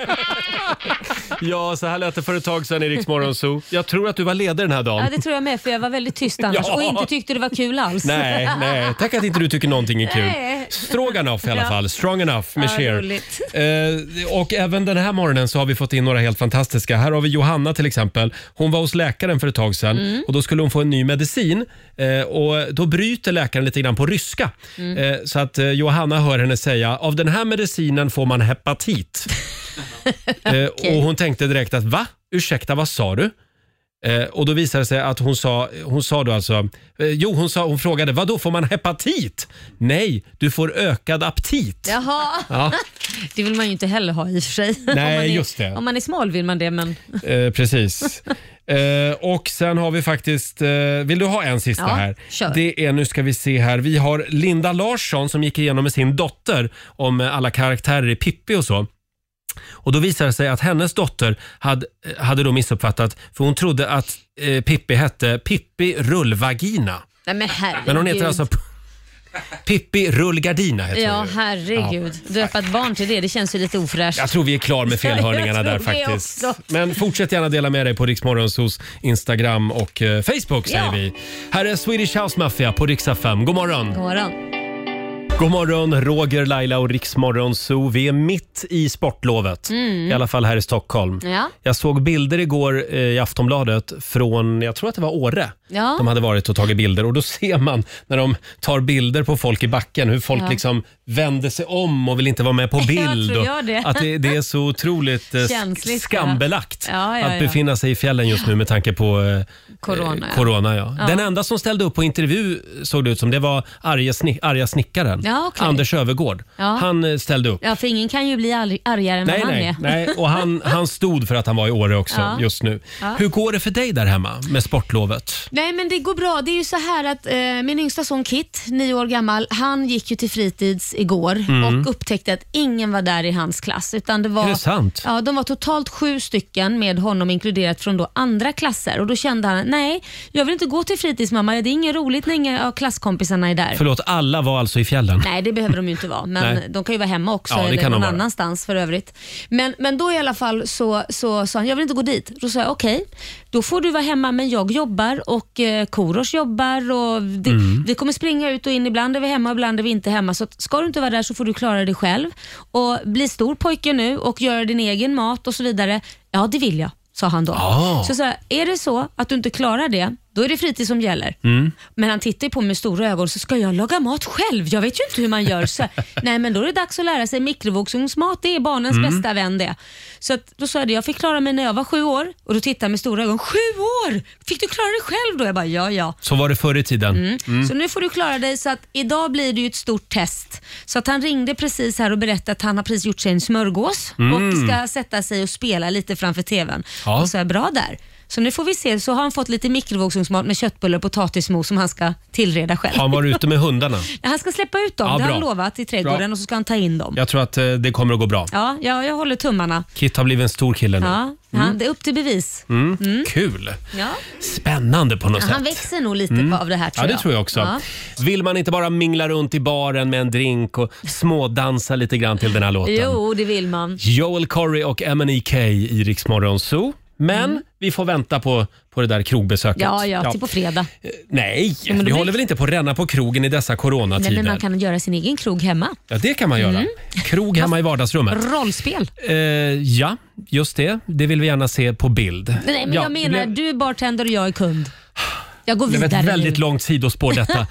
Ja, så här lät det för ett tag sedan i Rix Morgon Zoo. Jag tror att du var ledig den här dagen. Ja, det tror jag med, för jag var väldigt tyst annars Ja. och inte tyckte det var kul alls. Nej, nej. Tack att inte du tycker någonting är kul. Nej. Stroganoff i alla Ja. fall. Strong Enough med Ja, Cher. roligt. Eh, och även den här morgonen så har vi fått in några helt fantastiska. Här har vi Johanna till exempel. Hon var hos läkaren för ett tag sedan Mm. och då skulle hon få en ny medicin. Eh, och då bryter läkaren lite grann på ryska. Mm. Eh, så att eh, Johanna hör henne säga, av den här medicinen får man hepatit. eh, och hon tänkte direkt att, va? Ursäkta, vad sa du? Eh, och då visade det sig att hon sa, hon sa då alltså, eh, jo hon, sa, hon frågade, vad då får man hepatit? Nej, du får ökad aptit. Jaha, Ja. det vill man ju inte heller ha i och för sig. Nej, om man är, just det. Om man är smal vill man det, men... Eh, precis. Eh, och sen har vi faktiskt, eh, vill du ha en sista Ja, här? kör. Det är, nu ska vi se här, vi har Linda Larsson som gick igenom med sin dotter om eh, alla karaktärer i Pippi och så. Och då visade det sig att hennes dotter hade, hade då missuppfattat, för hon trodde att eh, Pippi hette Pippi Rullvagina. Nej men herregud. Men hon heter alltså P- Pippi Rullgardina. Heter Ja, hon ju. herregud. Döpa ett barn till det, det känns ju lite ofräscht. Jag tror vi är klar med felhörningarna Jag där tror det faktiskt. också. Men fortsätt gärna dela med dig på Rix Morgonzoos Instagram och eh, Facebook säger Ja. vi. Här är Swedish House Mafia på Rix F M. God morgon! God morgon. God morgon, Roger, Laila och Rix Morgonzoo. Vi är mitt i sportlovet. Mm. I alla fall här i Stockholm. Ja. Jag såg bilder igår eh, i Aftonbladet från, jag tror att det var Åre. Ja. De hade varit och tagit bilder och då ser man när de tar bilder på folk i backen hur folk Ja. liksom vänder sig om och vill inte vara med på bild. tror och jag det. Att det, det är så otroligt eh, Känsligt, skambelagt ja. Ja, ja, att ja. befinna sig i fjällen just nu med tanke på eh, Corona, ja. corona ja. Ja. Den enda som ställde upp på intervju såg det ut som det var arga, sni- arga snickaren. Ja, okej. Anders Övergård. Ja. Han eh, ställde upp. Ja, för ingen kan ju bli arg- argare än Nej, vad han nej, är. nej. Och han, han stod för att han var i Åre också Ja. just nu. Ja. Hur går det för dig där hemma med sportlovet? Nej men det går bra. Det är ju så här att eh, min yngsta son Kit, nio år gammal, han gick ju till fritids igår Mm. och upptäckte att ingen var där i hans klass. Utan det var, Är det sant? Ja, de var totalt sju stycken med honom inkluderat från då andra klasser. Och då kände han, nej, jag vill inte gå till fritids mamma. Det är inget roligt när inga av klasskompisarna är där. Förlåt, alla var alltså i fjällen? Nej, det behöver de ju inte vara. Men Nej. de kan ju vara hemma också Ja, det eller kan de någon vara. annanstans för övrigt. Men, men då i alla fall så, så sa han, jag vill inte gå dit. Då sa jag, okej, då får du vara hemma, men jag jobbar och eh, Korosh jobbar och det, Mm. vi kommer springa ut och in. Ibland är vi hemma, ibland är vi inte hemma. Så att, ska du inte vara där så får du klara dig själv och bli stor pojke nu och göra din egen mat och så vidare. Ja, det vill jag, sa han då. Ah. Så, så här, är det så att du inte klarar det, då är det fritid som gäller. Mm. Men han tittar ju på mig med stora ögon, så ska jag laga mat själv? Jag vet ju inte hur man gör. Så, nej, men då är det dags att lära sig mikrovågsugnsmat. Det är barnens Mm. bästa vän det. Så att, då sa jag det, jag fick klara mig när jag var sju år och då tittade han med stora ögon. Sju år? Fick du klara dig själv då? Jag bara, ja, ja. Så var det förr i tiden. Mm. Mm. Så nu får du klara dig, så att idag blir det ju ett stort test. Så att han ringde precis här och berättade att han har precis gjort sig en smörgås Mm. och ska sätta sig och spela lite framför tvn. Ja. Och så är jag bra där. Så nu får vi se. Så har han fått lite mikrovågsugnsmat med köttbullar och potatismos som han ska tillreda själv. Har han varit ute med hundarna? Han ska släppa ut dem, Ja, det har bra. han lovat i trädgården Bra. och så ska han ta in dem. Jag tror att eh, det kommer att gå bra. Ja, ja, jag håller tummarna. Kit har blivit en stor kille nu. Ja, han, det är upp till bevis. Mm. Mm. Kul! Ja. Spännande på något Ja, sätt. han växer nog lite Mm. på, av det här tror Ja, jag. det tror jag också. Ja. Vill man inte bara mingla runt i baren med en drink och smådansa lite grann till den här låten? Jo, det vill man. Joel Corey och M and E K i Rix Morgon Zoo. Men Mm. vi får vänta på, på det där krogbesöket. Ja, ja, till på fredag. Nej, Ja, men då vi blir- håller väl inte på att ränna på krogen i dessa Nej, coronatider? men man kan göra sin egen krog hemma. Ja, det kan man göra. Mm. Krog hemma i vardagsrummet. Rollspel. Eh, ja, just det. Det vill vi gärna se på bild. Nej, men ja, jag menar, det blev, du är bartender och jag är kund. Jag går det blev vidare ett väldigt nu. långt sidospår detta.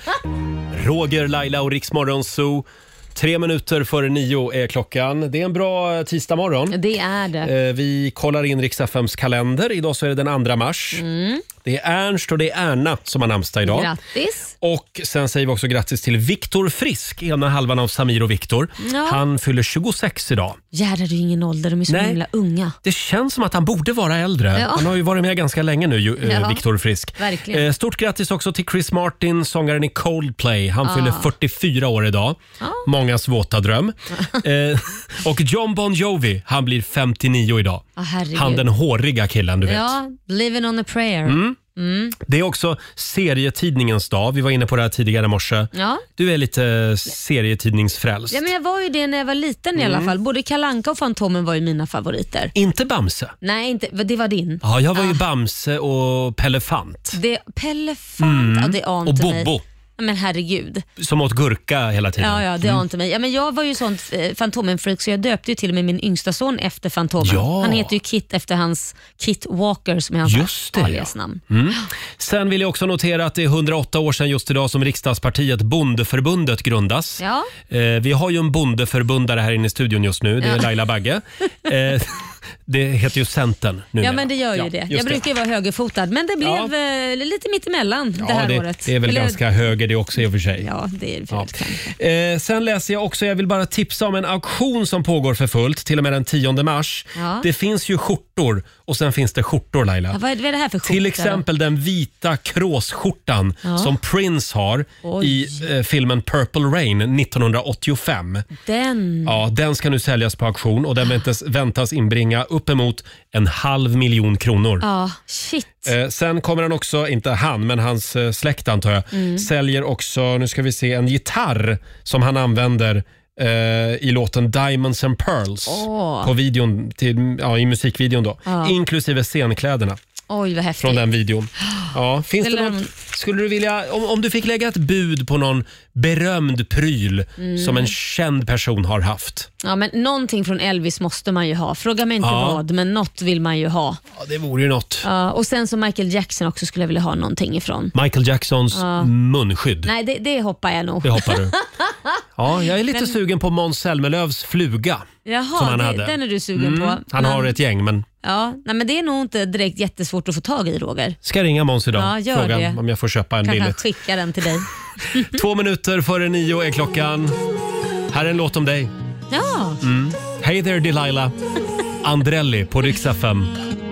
Roger, Laila och Rix Morgon Zoo. Tre minuter före nio är klockan. Det är en bra tisdag morgon. Det är det. Eh, vi kollar in Rix F M:s kalender. Idag så är det den andra mars. Mm. Det är Ernst och det är Erna som har namnsdag idag. Grattis. Och sen säger vi också grattis till Viktor Frisk, ena halvan av Samir och Viktor. Ja. Han fyller tjugosex idag. Jädrar, det är ingen ålder. De är så Nej. himla unga. Det känns som att han borde vara äldre. Ja. Han har ju varit med ganska länge nu, ju, eh, Ja. Viktor Frisk. Verkligen. Eh, Stort grattis också till Chris Martin, sångaren i Coldplay. Han Ah. fyller fyrtiofyra år idag. Ah. Mångas våta dröm. eh, och John Bon Jovi, han blir femtionio idag. Ah, herregud. Han den håriga killen, du vet. Ja, living on a prayer. Mm. Mm. Det är också serietidningens dag. Vi var inne på det här tidigare i morse. Ja. Du är lite serietidningsfrälst. Ja, men jag var ju det när jag var liten i Mm. alla fall. Både Kalle Anka och Fantomen var ju mina favoriter. Inte Bamse? Nej, inte, det var din. Ja, jag var ju Bamse och Pellefant. Det, Pellefant, Mm. ja, det ante Och mig. Bobo. Men herregud. Som åt gurka hela tiden. Ja, ja, det Mm. ante mig. Ja, men jag var ju sånt eh, Fantomen-freak så jag döpte ju till och med min yngsta son efter Fantomen. Ja. Han heter ju Kit efter hans Kit Walker som är hans Just det, ja. aliasnamn. Mm. Sen vill jag också notera att det är hundraåtta år sedan just idag som riksdagspartiet Bondeförbundet grundas. Ja. Eh, vi har ju en bondeförbundare här inne i studion just nu. Det är Ja. Laila Bagge. Eh, det heter ju Centern nu. Ja, men det gör ju Ja, det. just Jag brukar ju vara högerfotad, men det blev Ja. eh, lite mittemellan det Ja, här det, året. det är väl Eller- ganska höger det också i och för sig. Ja, det är det Ja. kanske. Eh, sen läser jag också, jag vill bara tipsa om en auktion som pågår för fullt till och med den tionde mars. Ja. Det finns ju skjortor och sen finns det skjortor, Laila. Ja, vad, är, vad är det här för skjorta Till då? exempel den vita kråsskjortan Ja. som Prince har Oj. i eh, filmen Purple Rain nittonhundraåttiofem. Den. Ja, den ska nu säljas på auktion och den väntas, väntas inbringa uppemot en halv miljon kronor. Ja, shit. Eh, sen kommer han också, inte han, men hans eh, släkt antar jag, Mm. säljer också, nu ska vi se, en gitarr som han använder eh, i låten Diamonds and Pearls Åh. på videon, till, ja, i musikvideon då, Ja. inklusive scenkläderna Oj, vad häftigt. från den videon. Ja, finns det Eller- något, skulle du vilja, om, om du fick lägga ett bud på någon berömd pryl Mm. som en känd person har haft? Ja, men någonting från Elvis måste man ju ha. Fråga mig inte Ja. vad, men något vill man ju ha. Ja, det vore ju något. Ja, och sen så Michael Jackson också skulle jag vilja ha någonting ifrån. Michael Jacksons Ja. munskydd. Nej, det, det hoppar jag nog. Det hoppar du. Ja, jag är lite Men- sugen på Måns Zelmerlöws fluga. Jaha, som han det, hade. den är du sugen Mm, på. Han Men- har ett gäng, men Ja, nej, men det är nog inte direkt jättesvårt att få tag i, Roger. ska jag ringa Måns idag? Ja, gör Fråga det. om jag får köpa en Kanske han billigt. skickar den till dig. Två minuter före nio är klockan. Här är en låt om dig. Ja. Mm. Hey there Delilah. Andrelli på Rix F M.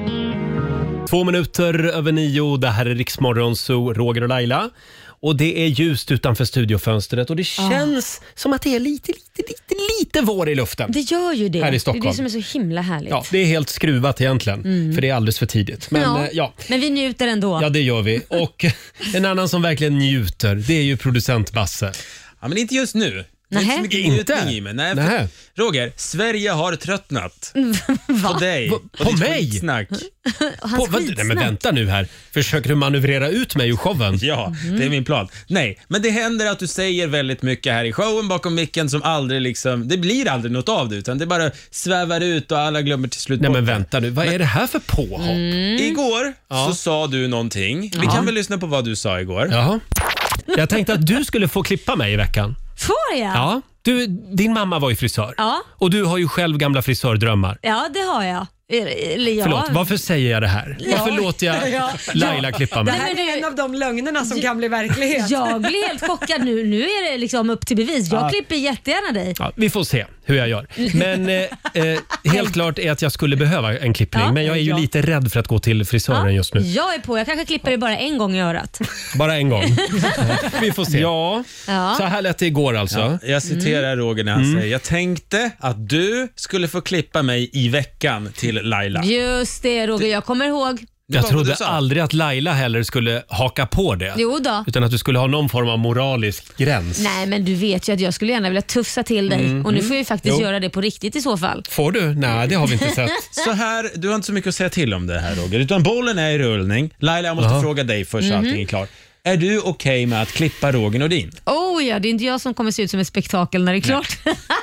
Två minuter över nio. Det här är Rix Morgon Zoo, Roger och Laila. Och det är ljust utanför studiofönstret och det känns som att det är lite, lite, lite, lite vår i luften. Det gör ju det. Här i Det är Stockholm. det som är så himla härligt. Ja, det är helt skruvat egentligen, Mm. för det är alldeles för tidigt. Men ja. eh, ja. men vi njuter ändå. Ja, det gör vi. Och en annan som verkligen njuter, det är ju producent Basse. Ja, men inte just nu. Det är Nähä. inte så mycket Inte? njutning i mig. Nej, Nähä. för, Roger, Sverige har tröttnat Va? på dig. Va? och På ditt mig? skitsnack. Och hans På, vad, nej, men skitsnack. vänta nu här. Försöker du manövrera ut mig ur showen? Ja, det är min plan. Nej, men det händer att du säger väldigt mycket här i showen bakom micken som aldrig liksom, det blir aldrig något av det utan det bara svävar ut och alla glömmer till slut Nej bort men det. vänta nu, vad är det här för påhopp? Igår Ja. så sa du någonting. Vi kan väl lyssna på vad du sa igår. Jaha. Jag tänkte att du skulle få klippa mig i veckan. Får jag? Ja. Du, din mamma var ju frisör. Ja. Och du har ju själv gamla frisördrömmar. Ja, det har jag. Eller ja. Förlåt, varför säger jag det här? Varför låter jag Ja. Laila klippa Det mig? här är en av de lögnerna som kan bli verklighet. Jag blir helt chockad nu. Nu är det liksom upp till bevis. Jag klipper jättegärna dig. Ja, vi får se hur jag gör. Men eh, eh, helt klart är att jag skulle behöva en klippning. Ja. Men jag är ju Ja. lite rädd för att gå till frisören just nu. Jag är på. Jag kanske klipper det bara en gång i örat. Bara en gång. Vi får se. Ja, Ja. så här lät det igår alltså. Ja, jag citerar Roger när han Mm. säger, jag tänkte att du skulle få klippa mig i veckan till Laila. Just det, Roger. Jag kommer ihåg. Det Jag var vad trodde du sa. aldrig att Laila heller skulle haka på det. Jo då. Utan att du skulle ha någon form av moralisk gräns. Nej, men du vet ju att jag skulle gärna vilja tufsa till dig. Mm. Och nu får jag ju faktiskt Jo. göra det på riktigt i så fall. Får du? Nej, det har vi inte sett. Så här, du har inte så mycket att säga till om det här Roger, utan bollen är i rullning. Laila, jag måste Aha. fråga dig först Mhm. så allting är klart. Är du okej med att klippa Roger Nordin? Oh ja, det är inte jag som kommer se ut som ett spektakel när det är klart.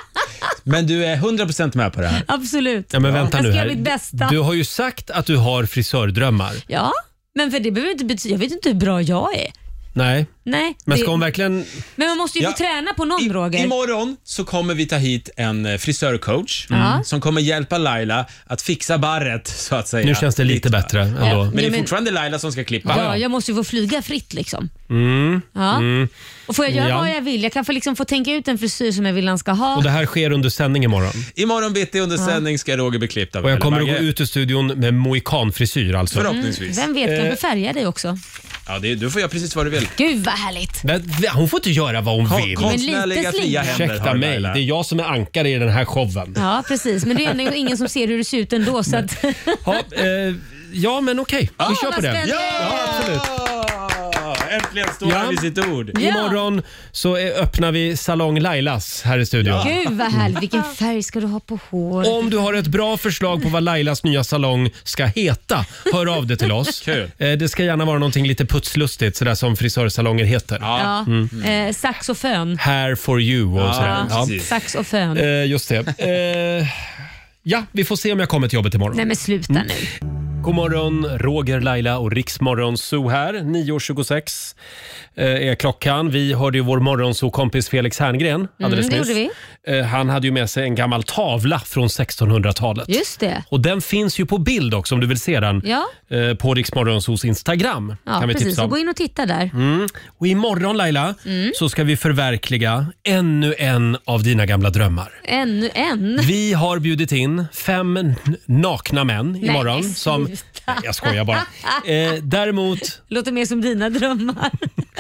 Men du är hundra procent med på det här? Absolut. Ja, men vänta jag nu ska göra här. mitt bästa. Du har ju sagt att du har frisördrömmar. Ja, men för det behöver inte betyda... Jag vet inte hur bra jag är. Nej, Nej. men det... ska hon verkligen... men man måste ju Ja. få träna på någon, I, Roger. imorgon så kommer vi ta hit en eh, frisörcoach Ja. som kommer hjälpa Laila att fixa barret så att säga. Nu känns det lite bättre ändå. Men det är Ja, men- fortfarande Laila som ska klippa. Ja, jag måste ju få flyga fritt liksom. Mm. Ja. Mm. Och får jag göra Ja. vad jag vill? Jag kan få, liksom få tänka ut en frisyr som jag vill han ska ha. Och det här sker under sändning imorgon. Imorgon bitti under sändning ska Roger bli klippt av Och jag kommer att gå Bagge. ut ur studion med mohikanfrisyr alltså. Förhoppningsvis. Vem vet, Eh. kanske färgar dig också. Ja, det, du får göra precis vad du vill. Gud vad härligt. Men hon får inte göra vad hon Kon- vill. konstnärliga lite fria slinga. händer Ursäkta har mig, Laila. det är jag som är ankare i den här showen. Ja, precis. Men det är ändå ingen som ser hur det ser ut ändå. Så att... Ja, eh, ja, men okej. Vi Åh, kör på vad det. spännande. Ja, absolut. Äntligen står han vid sitt ord. Ja. Imorgon så är, öppnar vi Salong Lailas här i studion. Gud vad härligt. Vilken färg ska du ha på håret? Om du har ett bra förslag på vad Lailas nya salong ska heta, hör av det till oss. Kul. Eh, Det ska gärna vara någonting lite putslustigt, sådär som frisörsalonger heter. Ja. Eh, sax och fön. Hair for you och sådär. Ja. precis. Sax och fön. Eh, just det. Eh, ja, vi får se om jag kommer till jobbet imorgon. Nej men sluta nu. God morgon, Roger, Laila och Riksmorgon Zoo här. nio tjugosex eh, är klockan. Vi hörde ju vår morgonzoo-kompis Felix Herngren alldeles Mm, det nyss. gjorde vi. Eh, han hade ju med sig en gammal tavla från sextonhundratalet. Just det. Och den finns ju på bild också om du vill se den. Ja. Eh, på Riksmorgonzoos Instagram. Ja, kan vi precis. tipsa Så om. gå in och titta där. Mm. Och imorgon Laila Mm. så ska vi förverkliga ännu en av dina gamla drömmar. Ännu en. Vi har bjudit in fem n- nakna män Nej, imorgon. men Som, sluta. nej, jag skojar bara. Eh, däremot, Låter mer som dina drömmar.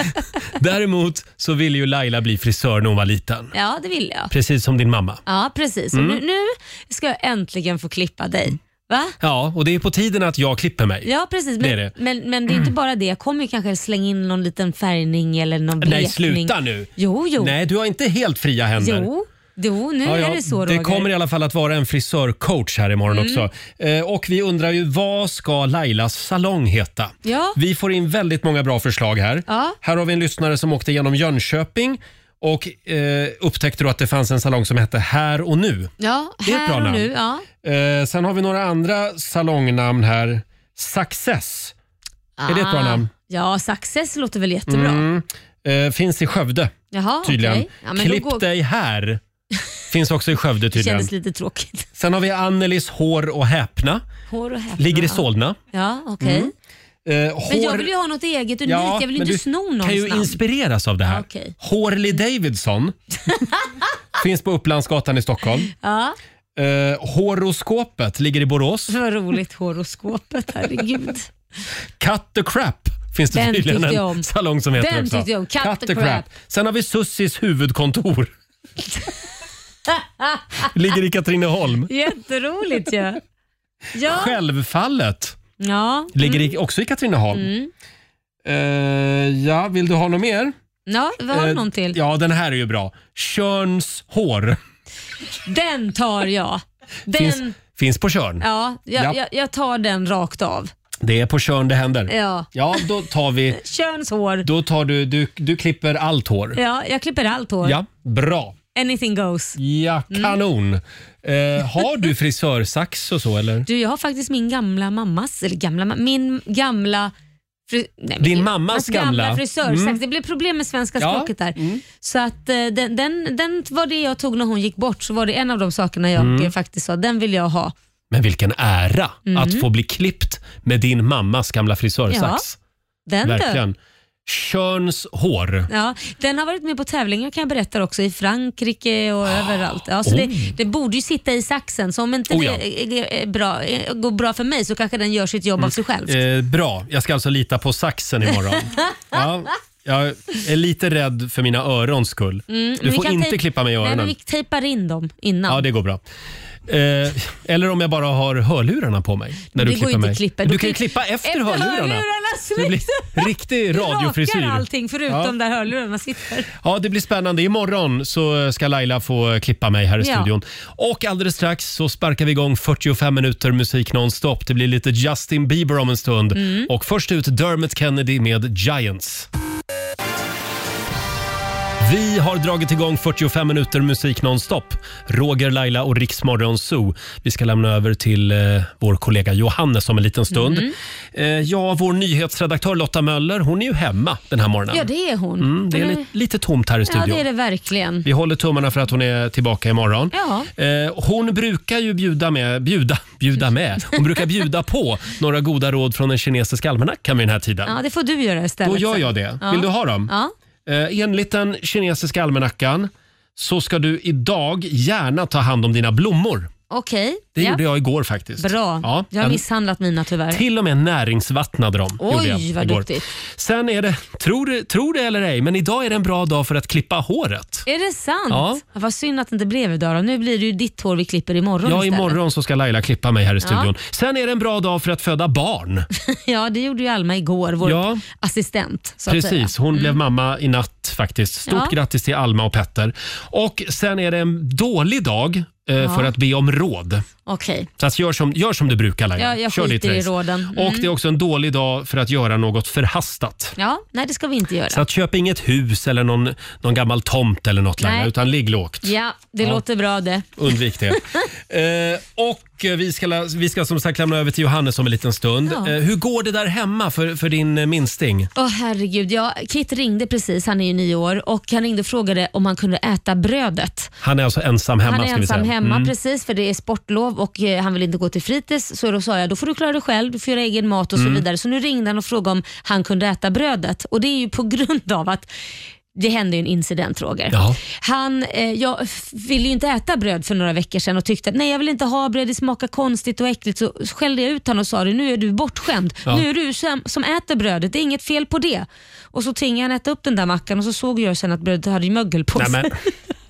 däremot så ville ju Laila bli frisör när hon var liten. Ja, det vill jag. Precis som din mamma. Ja, precis. Mm. Och nu, nu ska jag äntligen få klippa dig. Va? Ja, och det är på tiden att jag klipper mig. Ja, precis. Det är Men det. Men, men det är inte bara det. Jag kommer ju kanske slänga in någon liten färgning eller någon blekning. Nej, sluta nu. Jo, jo. Nej, du har inte helt fria händer. Jo, jo nu Ja, ja, är det så, Roger. det kommer i alla fall att vara en frisörcoach här imorgon Mm. också. Eh, och vi undrar ju, vad ska Lailas salong heta? Ja. Vi får in väldigt många bra förslag här. Ja. Här har vi en lyssnare som åkte genom Jönköping och eh, upptäckte då att det fanns en salong som hette Här och nu. Ja, Det är ett här bra och namn. nu. Ja. Eh, sen har vi några andra salongnamn här. Success. Är det ett bra Ah. namn? Ja, Success låter väl jättebra. Mm. Eh, finns i Skövde Jaha, tydligen. okej. Ja, men Klipp då går... dig här. Finns också i Skövde Det tydligen. kändes lite tråkigt. Sen har vi Annelies Hår och häpna. Hår och häpna. Ligger i Solna. Ja, okej. Mm. Eh, Men jag hår- vill ju ha något eget, unikt. Ja, jag vill men inte du sno någons kan ju namn. inspireras av det här. Ja, okej. Harley Davidson finns på Upplandsgatan i Stockholm. Ja, Eh, horoskopet ligger i Borås. vad roligt. Horoskopet, herregud. Cut the crap finns det Den tydligen tyckte jag en om. salong som heter Den också. tyckte jag om. Cut the crap. Sen har vi Sussis huvudkontor. Ligger i Katrineholm. Jätteroligt ju. Ja. Ja. Självfallet Ja. ligger i, också i Katrineholm. Mm. Eh, ja, vill du ha något mer? Ja, vad har du Eh, någon till? Ja, den här är ju bra. Tjörns hår. Den tar jag. Den, Finns, finns på Tjörn. ja, jag, Ja. Jag, jag tar den rakt av. Det är på Tjörn det händer. Ja. Ja, då tar vi... Könshår. Då tar du, du, du klipper allt hår. Ja, jag klipper allt hår. Ja, bra. Anything goes. Ja, kanon. Eh, har du frisörsax och så eller? Du, jag har faktiskt min gamla mammas, eller gamla, ma- min gamla fri, nej, Din min- mammas hans gamla? frisörsax. Mm. Det blev problem med svenska Ja, språket där. mm. Så att eh, den, den, den var det jag tog när hon gick bort, så var det en av de sakerna jag Mm. eh, faktiskt sa, den vill jag ha. Men vilken ära Mm. att få bli klippt med din mammas gamla frisörsax. Den Verkligen. Tjörns hår. Ja, den har varit med på tävlingar kan jag berätta också, i Frankrike och överallt. Ja, så Oh. det, det borde ju sitta i saxen, så om inte Oh ja. det är bra, är- går bra för mig så kanske den gör sitt jobb av sig själv. Eh, bra, jag ska alltså lita på saxen imorgon. Ja, jag är lite rädd för mina örons skull. Mm, Du vi får kan inte tejp- klippa mig i Nej, öronen. men vi tejpar in dem innan. Ja, det går bra. Eh, eller om jag bara har hörlurarna på mig när det du går klipper inte mig. att klippa. Du kan ju klippa efter, efter hörlurarna. hörlurarna så Det blir liksom- riktig Du radiofrisyr. rakar allting förutom Ja. där hörlurarna sitter. Ja, det blir spännande. Imorgon så ska Laila få klippa mig här i Ja. studion. Och alldeles strax så sparkar vi igång fyrtiofem minuter musik nonstop. Det blir lite Justin Bieber om en stund. Mm. Och först ut Dermot Kennedy med Giants. Vi har dragit igång fyrtiofem minuter musik nonstop. Roger, Laila och Riksmorgon Zoo. Vi ska lämna över till eh, vår kollega Johannes om en liten stund. Mm. Eh, ja, vår nyhetsredaktör Lotta Möller, hon är ju hemma den här morgonen. Ja, det är hon. Mm, det är Eller- lite, lite tomt här i Ja, studion. det är det verkligen. Vi håller tummarna för att hon är tillbaka imorgon. Ja. Eh, hon brukar ju bjuda med, bjuda, bjuda med. Hon brukar bjuda på några goda råd från den kinesiska almanackan vid den här tiden. Ja, det får du göra istället. Då gör sen. jag det. Ja. Vill du ha dem? Ja. Eh, enligt den kinesiska almanackan så ska du idag gärna ta hand om dina blommor. Okej. Det ja. gjorde jag igår faktiskt. Bra. Ja, jag har en- misshandlat mina tyvärr. Till och med näringsvattnade dem. Oj, gjorde jag vad igår. duktigt. Sen är det, tror det, tror det eller ej, men idag är det en bra dag för att klippa håret. Är det sant? Ja. Ja. Vad synd att det inte blev idag då. Nu blir det ju ditt hår vi klipper imorgon Ja, istället. imorgon så ska Laila klippa mig här i studion. Ja. Sen är det en bra dag för att föda barn. Ja, det gjorde ju Alma igår, vår Ja. assistent. Så att Precis, säga. hon Mm. blev mamma i natt faktiskt. Stort Ja. grattis till Alma och Petter. Och sen är det en dålig dag eh, Ja. för att be om råd. Okej. Så att gör, som, gör som du brukar Laila. Ja, jag Kör ditt skiter i race. råden. Mm. Och det är också en dålig dag för att göra något förhastat. Ja, nej det ska vi inte göra. Så att köp inget hus eller någon, någon gammal tomt eller något Laila, Nej. utan ligg lågt. Ja, det Ja. låter bra det. Undvik det. eh, och vi ska, lä- vi ska som sagt lämna över till Johannes om en liten stund. Ja. Eh, hur går det där hemma för, för din eh, minsting? Åh herregud, ja, Kit ringde precis, han är ju nio år och han ringde och frågade om han kunde äta brödet. Han är alltså ensam hemma Han är ska vi ensam säga. hemma Mm. precis för det är sportlov och eh, han vill inte gå till fritids. Så då sa jag, då får du klara dig själv, du får göra egen mat och Mm. så vidare. Så nu ringde han och frågade om han kunde äta brödet och det är ju på grund av att det hände ju en incident, Roger. Ja. Han, eh, jag f- ville ju inte äta bröd för några veckor sedan och tyckte att nej, jag vill inte ha bröd, det smakar konstigt och äckligt. Så skällde jag ut honom och sa det, nu är du bortskämd. Ja. Nu är du som, som äter brödet, det är inget fel på det. Och så tvingade han äta upp den där mackan och så såg jag sen att brödet hade ju mögel på Nej, sig. men,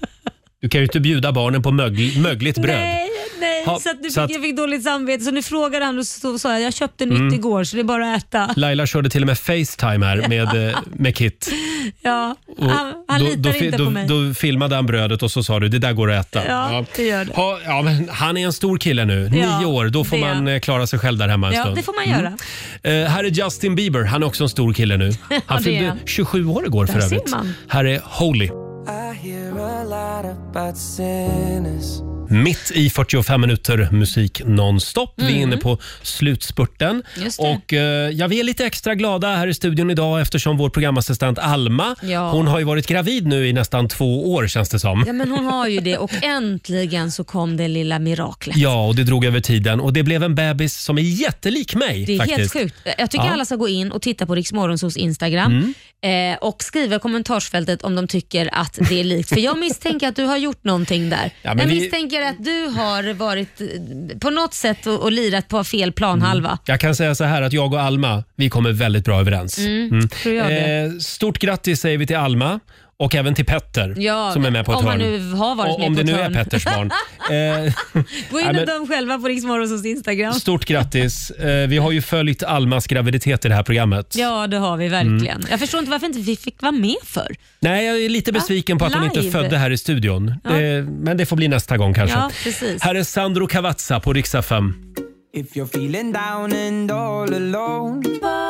du kan ju inte bjuda barnen på mögl, mögligt bröd. Nej, nej. Ha, så att nu så fick, att- jag fick dåligt samvete så nu frågade han och så sa jag, jag köpte nytt Mm. igår så det är bara att äta. Laila körde till och med FaceTime här med, eh, med Kit. Ja, Och han, han då, litar då, fi- inte då, på mig. Då filmade han brödet och så sa du, det där går att äta. Ja, det gör det. Ha, ja, men han är en stor kille nu, Ja, nio år. Då får det. man eh, klara sig själv där hemma en Ja, stund. det får man göra. Mm. Eh, här är Justin Bieber, han är också en stor kille nu. Han det är fyllde han. tjugosju år igår för Där ser övrigt. man. Här är Holy. I hear a lot about sinners. Mitt i fyrtiofem minuter musik nonstop. Vi är Mm. inne på slutspurten. Just det. Och eh, ja, vi är lite extra glada här i studion idag eftersom vår programassistent Alma, Ja. hon har ju varit gravid nu i nästan två år känns det som. Ja, men hon har ju det och äntligen så kom det lilla miraklet. Ja, och det drog över tiden och det blev en bebis som är jättelik mig Det är faktiskt. helt sjukt. Jag tycker Ja. alla ska gå in och titta på Rix Morgonzoos Instagram Mm. eh, och skriva i kommentarsfältet om de tycker att det är likt. För jag misstänker att du har gjort någonting där. Ja, men jag vi- misstänker att du har varit eh, på något sätt och, och lirat på fel planhalva. Jag kan säga så här att jag och Alma, vi kommer väldigt bra överens. Mm, tror jag det. Eh, stort grattis säger vi till Alma och även till Petter Ja, som är med på ett om man hörn. nu har varit Och med om på det ett nu hörn. är Petters barn. Eh, Gå in nej, och men- döm själva på Rix Morgonzoos Instagram. Stort grattis. Eh, vi har ju följt Almas graviditet i det här programmet. Ja, det har vi verkligen. Mm. Jag förstår inte varför inte vi fick vara med för. Nej, jag är lite besviken på att hon inte live. födde här i studion. Ja. Det, men det får bli nästa gång kanske. Ja, precis. Här är Sandro Cavazza på Rix F M. If you're feeling down and all alone.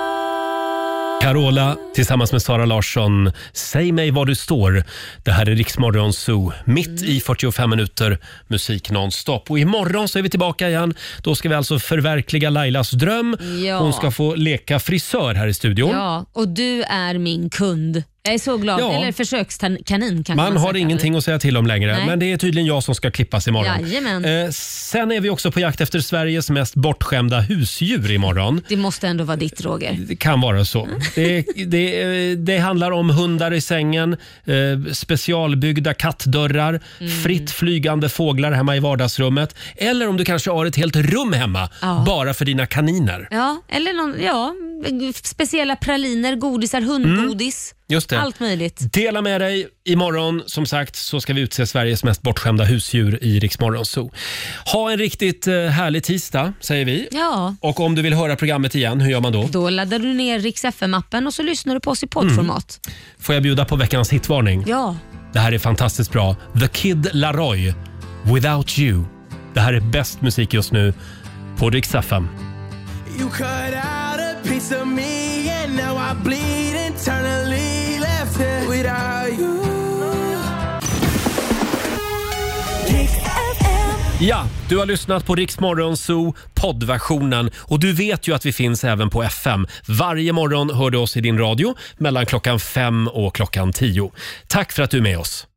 Carola tillsammans med Sara Larsson. Säg mig var du står. Det här är Rix Morgon Zoo. Mitt i fyrtiofem minuter musik nonstop. Och imorgon så är vi tillbaka igen. Då ska vi alltså förverkliga Lailas dröm. Ja. Hon ska få leka frisör här i studion. Ja, och du är min kund. Jag är så glad. Ja. Eller försökskanin kanske Man man har säga. ingenting att säga till om längre, Nej. men det är tydligen jag som ska klippas imorgon. Jajamän. Eh, sen är vi också på jakt efter Sveriges mest bortskämda husdjur imorgon. Det måste ändå vara ditt, Roger. Det kan vara så. Det, det, det handlar om hundar i sängen, eh, specialbyggda kattdörrar, Mm. fritt flygande fåglar hemma i vardagsrummet. Eller om du kanske har ett helt rum hemma Ja. bara för dina kaniner. Ja, eller någon, ja, speciella praliner, godisar, hundgodis. Just det. Allt möjligt. Dela med dig. Imorgon som sagt så ska vi utse Sveriges mest bortskämda husdjur i Rix Morgon Zoo. Ha en riktigt eh, härlig tisdag säger vi. Ja, Och om du vill höra programmet igen, hur gör man då? då laddar du ner Rix F M-appen och så lyssnar du på oss i poddformat. Får jag bjuda på veckans hitvarning? Ja. Det här är fantastiskt bra. The Kid Laroi, Without You. Det här är bäst musik just nu på Rix F M. You cut out a piece of me and now I bleed internally, left here without you. Ja, du har lyssnat på Rix Morgon Zoo poddversionen och du vet ju att vi finns även på F M. Varje morgon hör du oss i din radio mellan klockan fem och klockan tio. Tack för att du är med oss.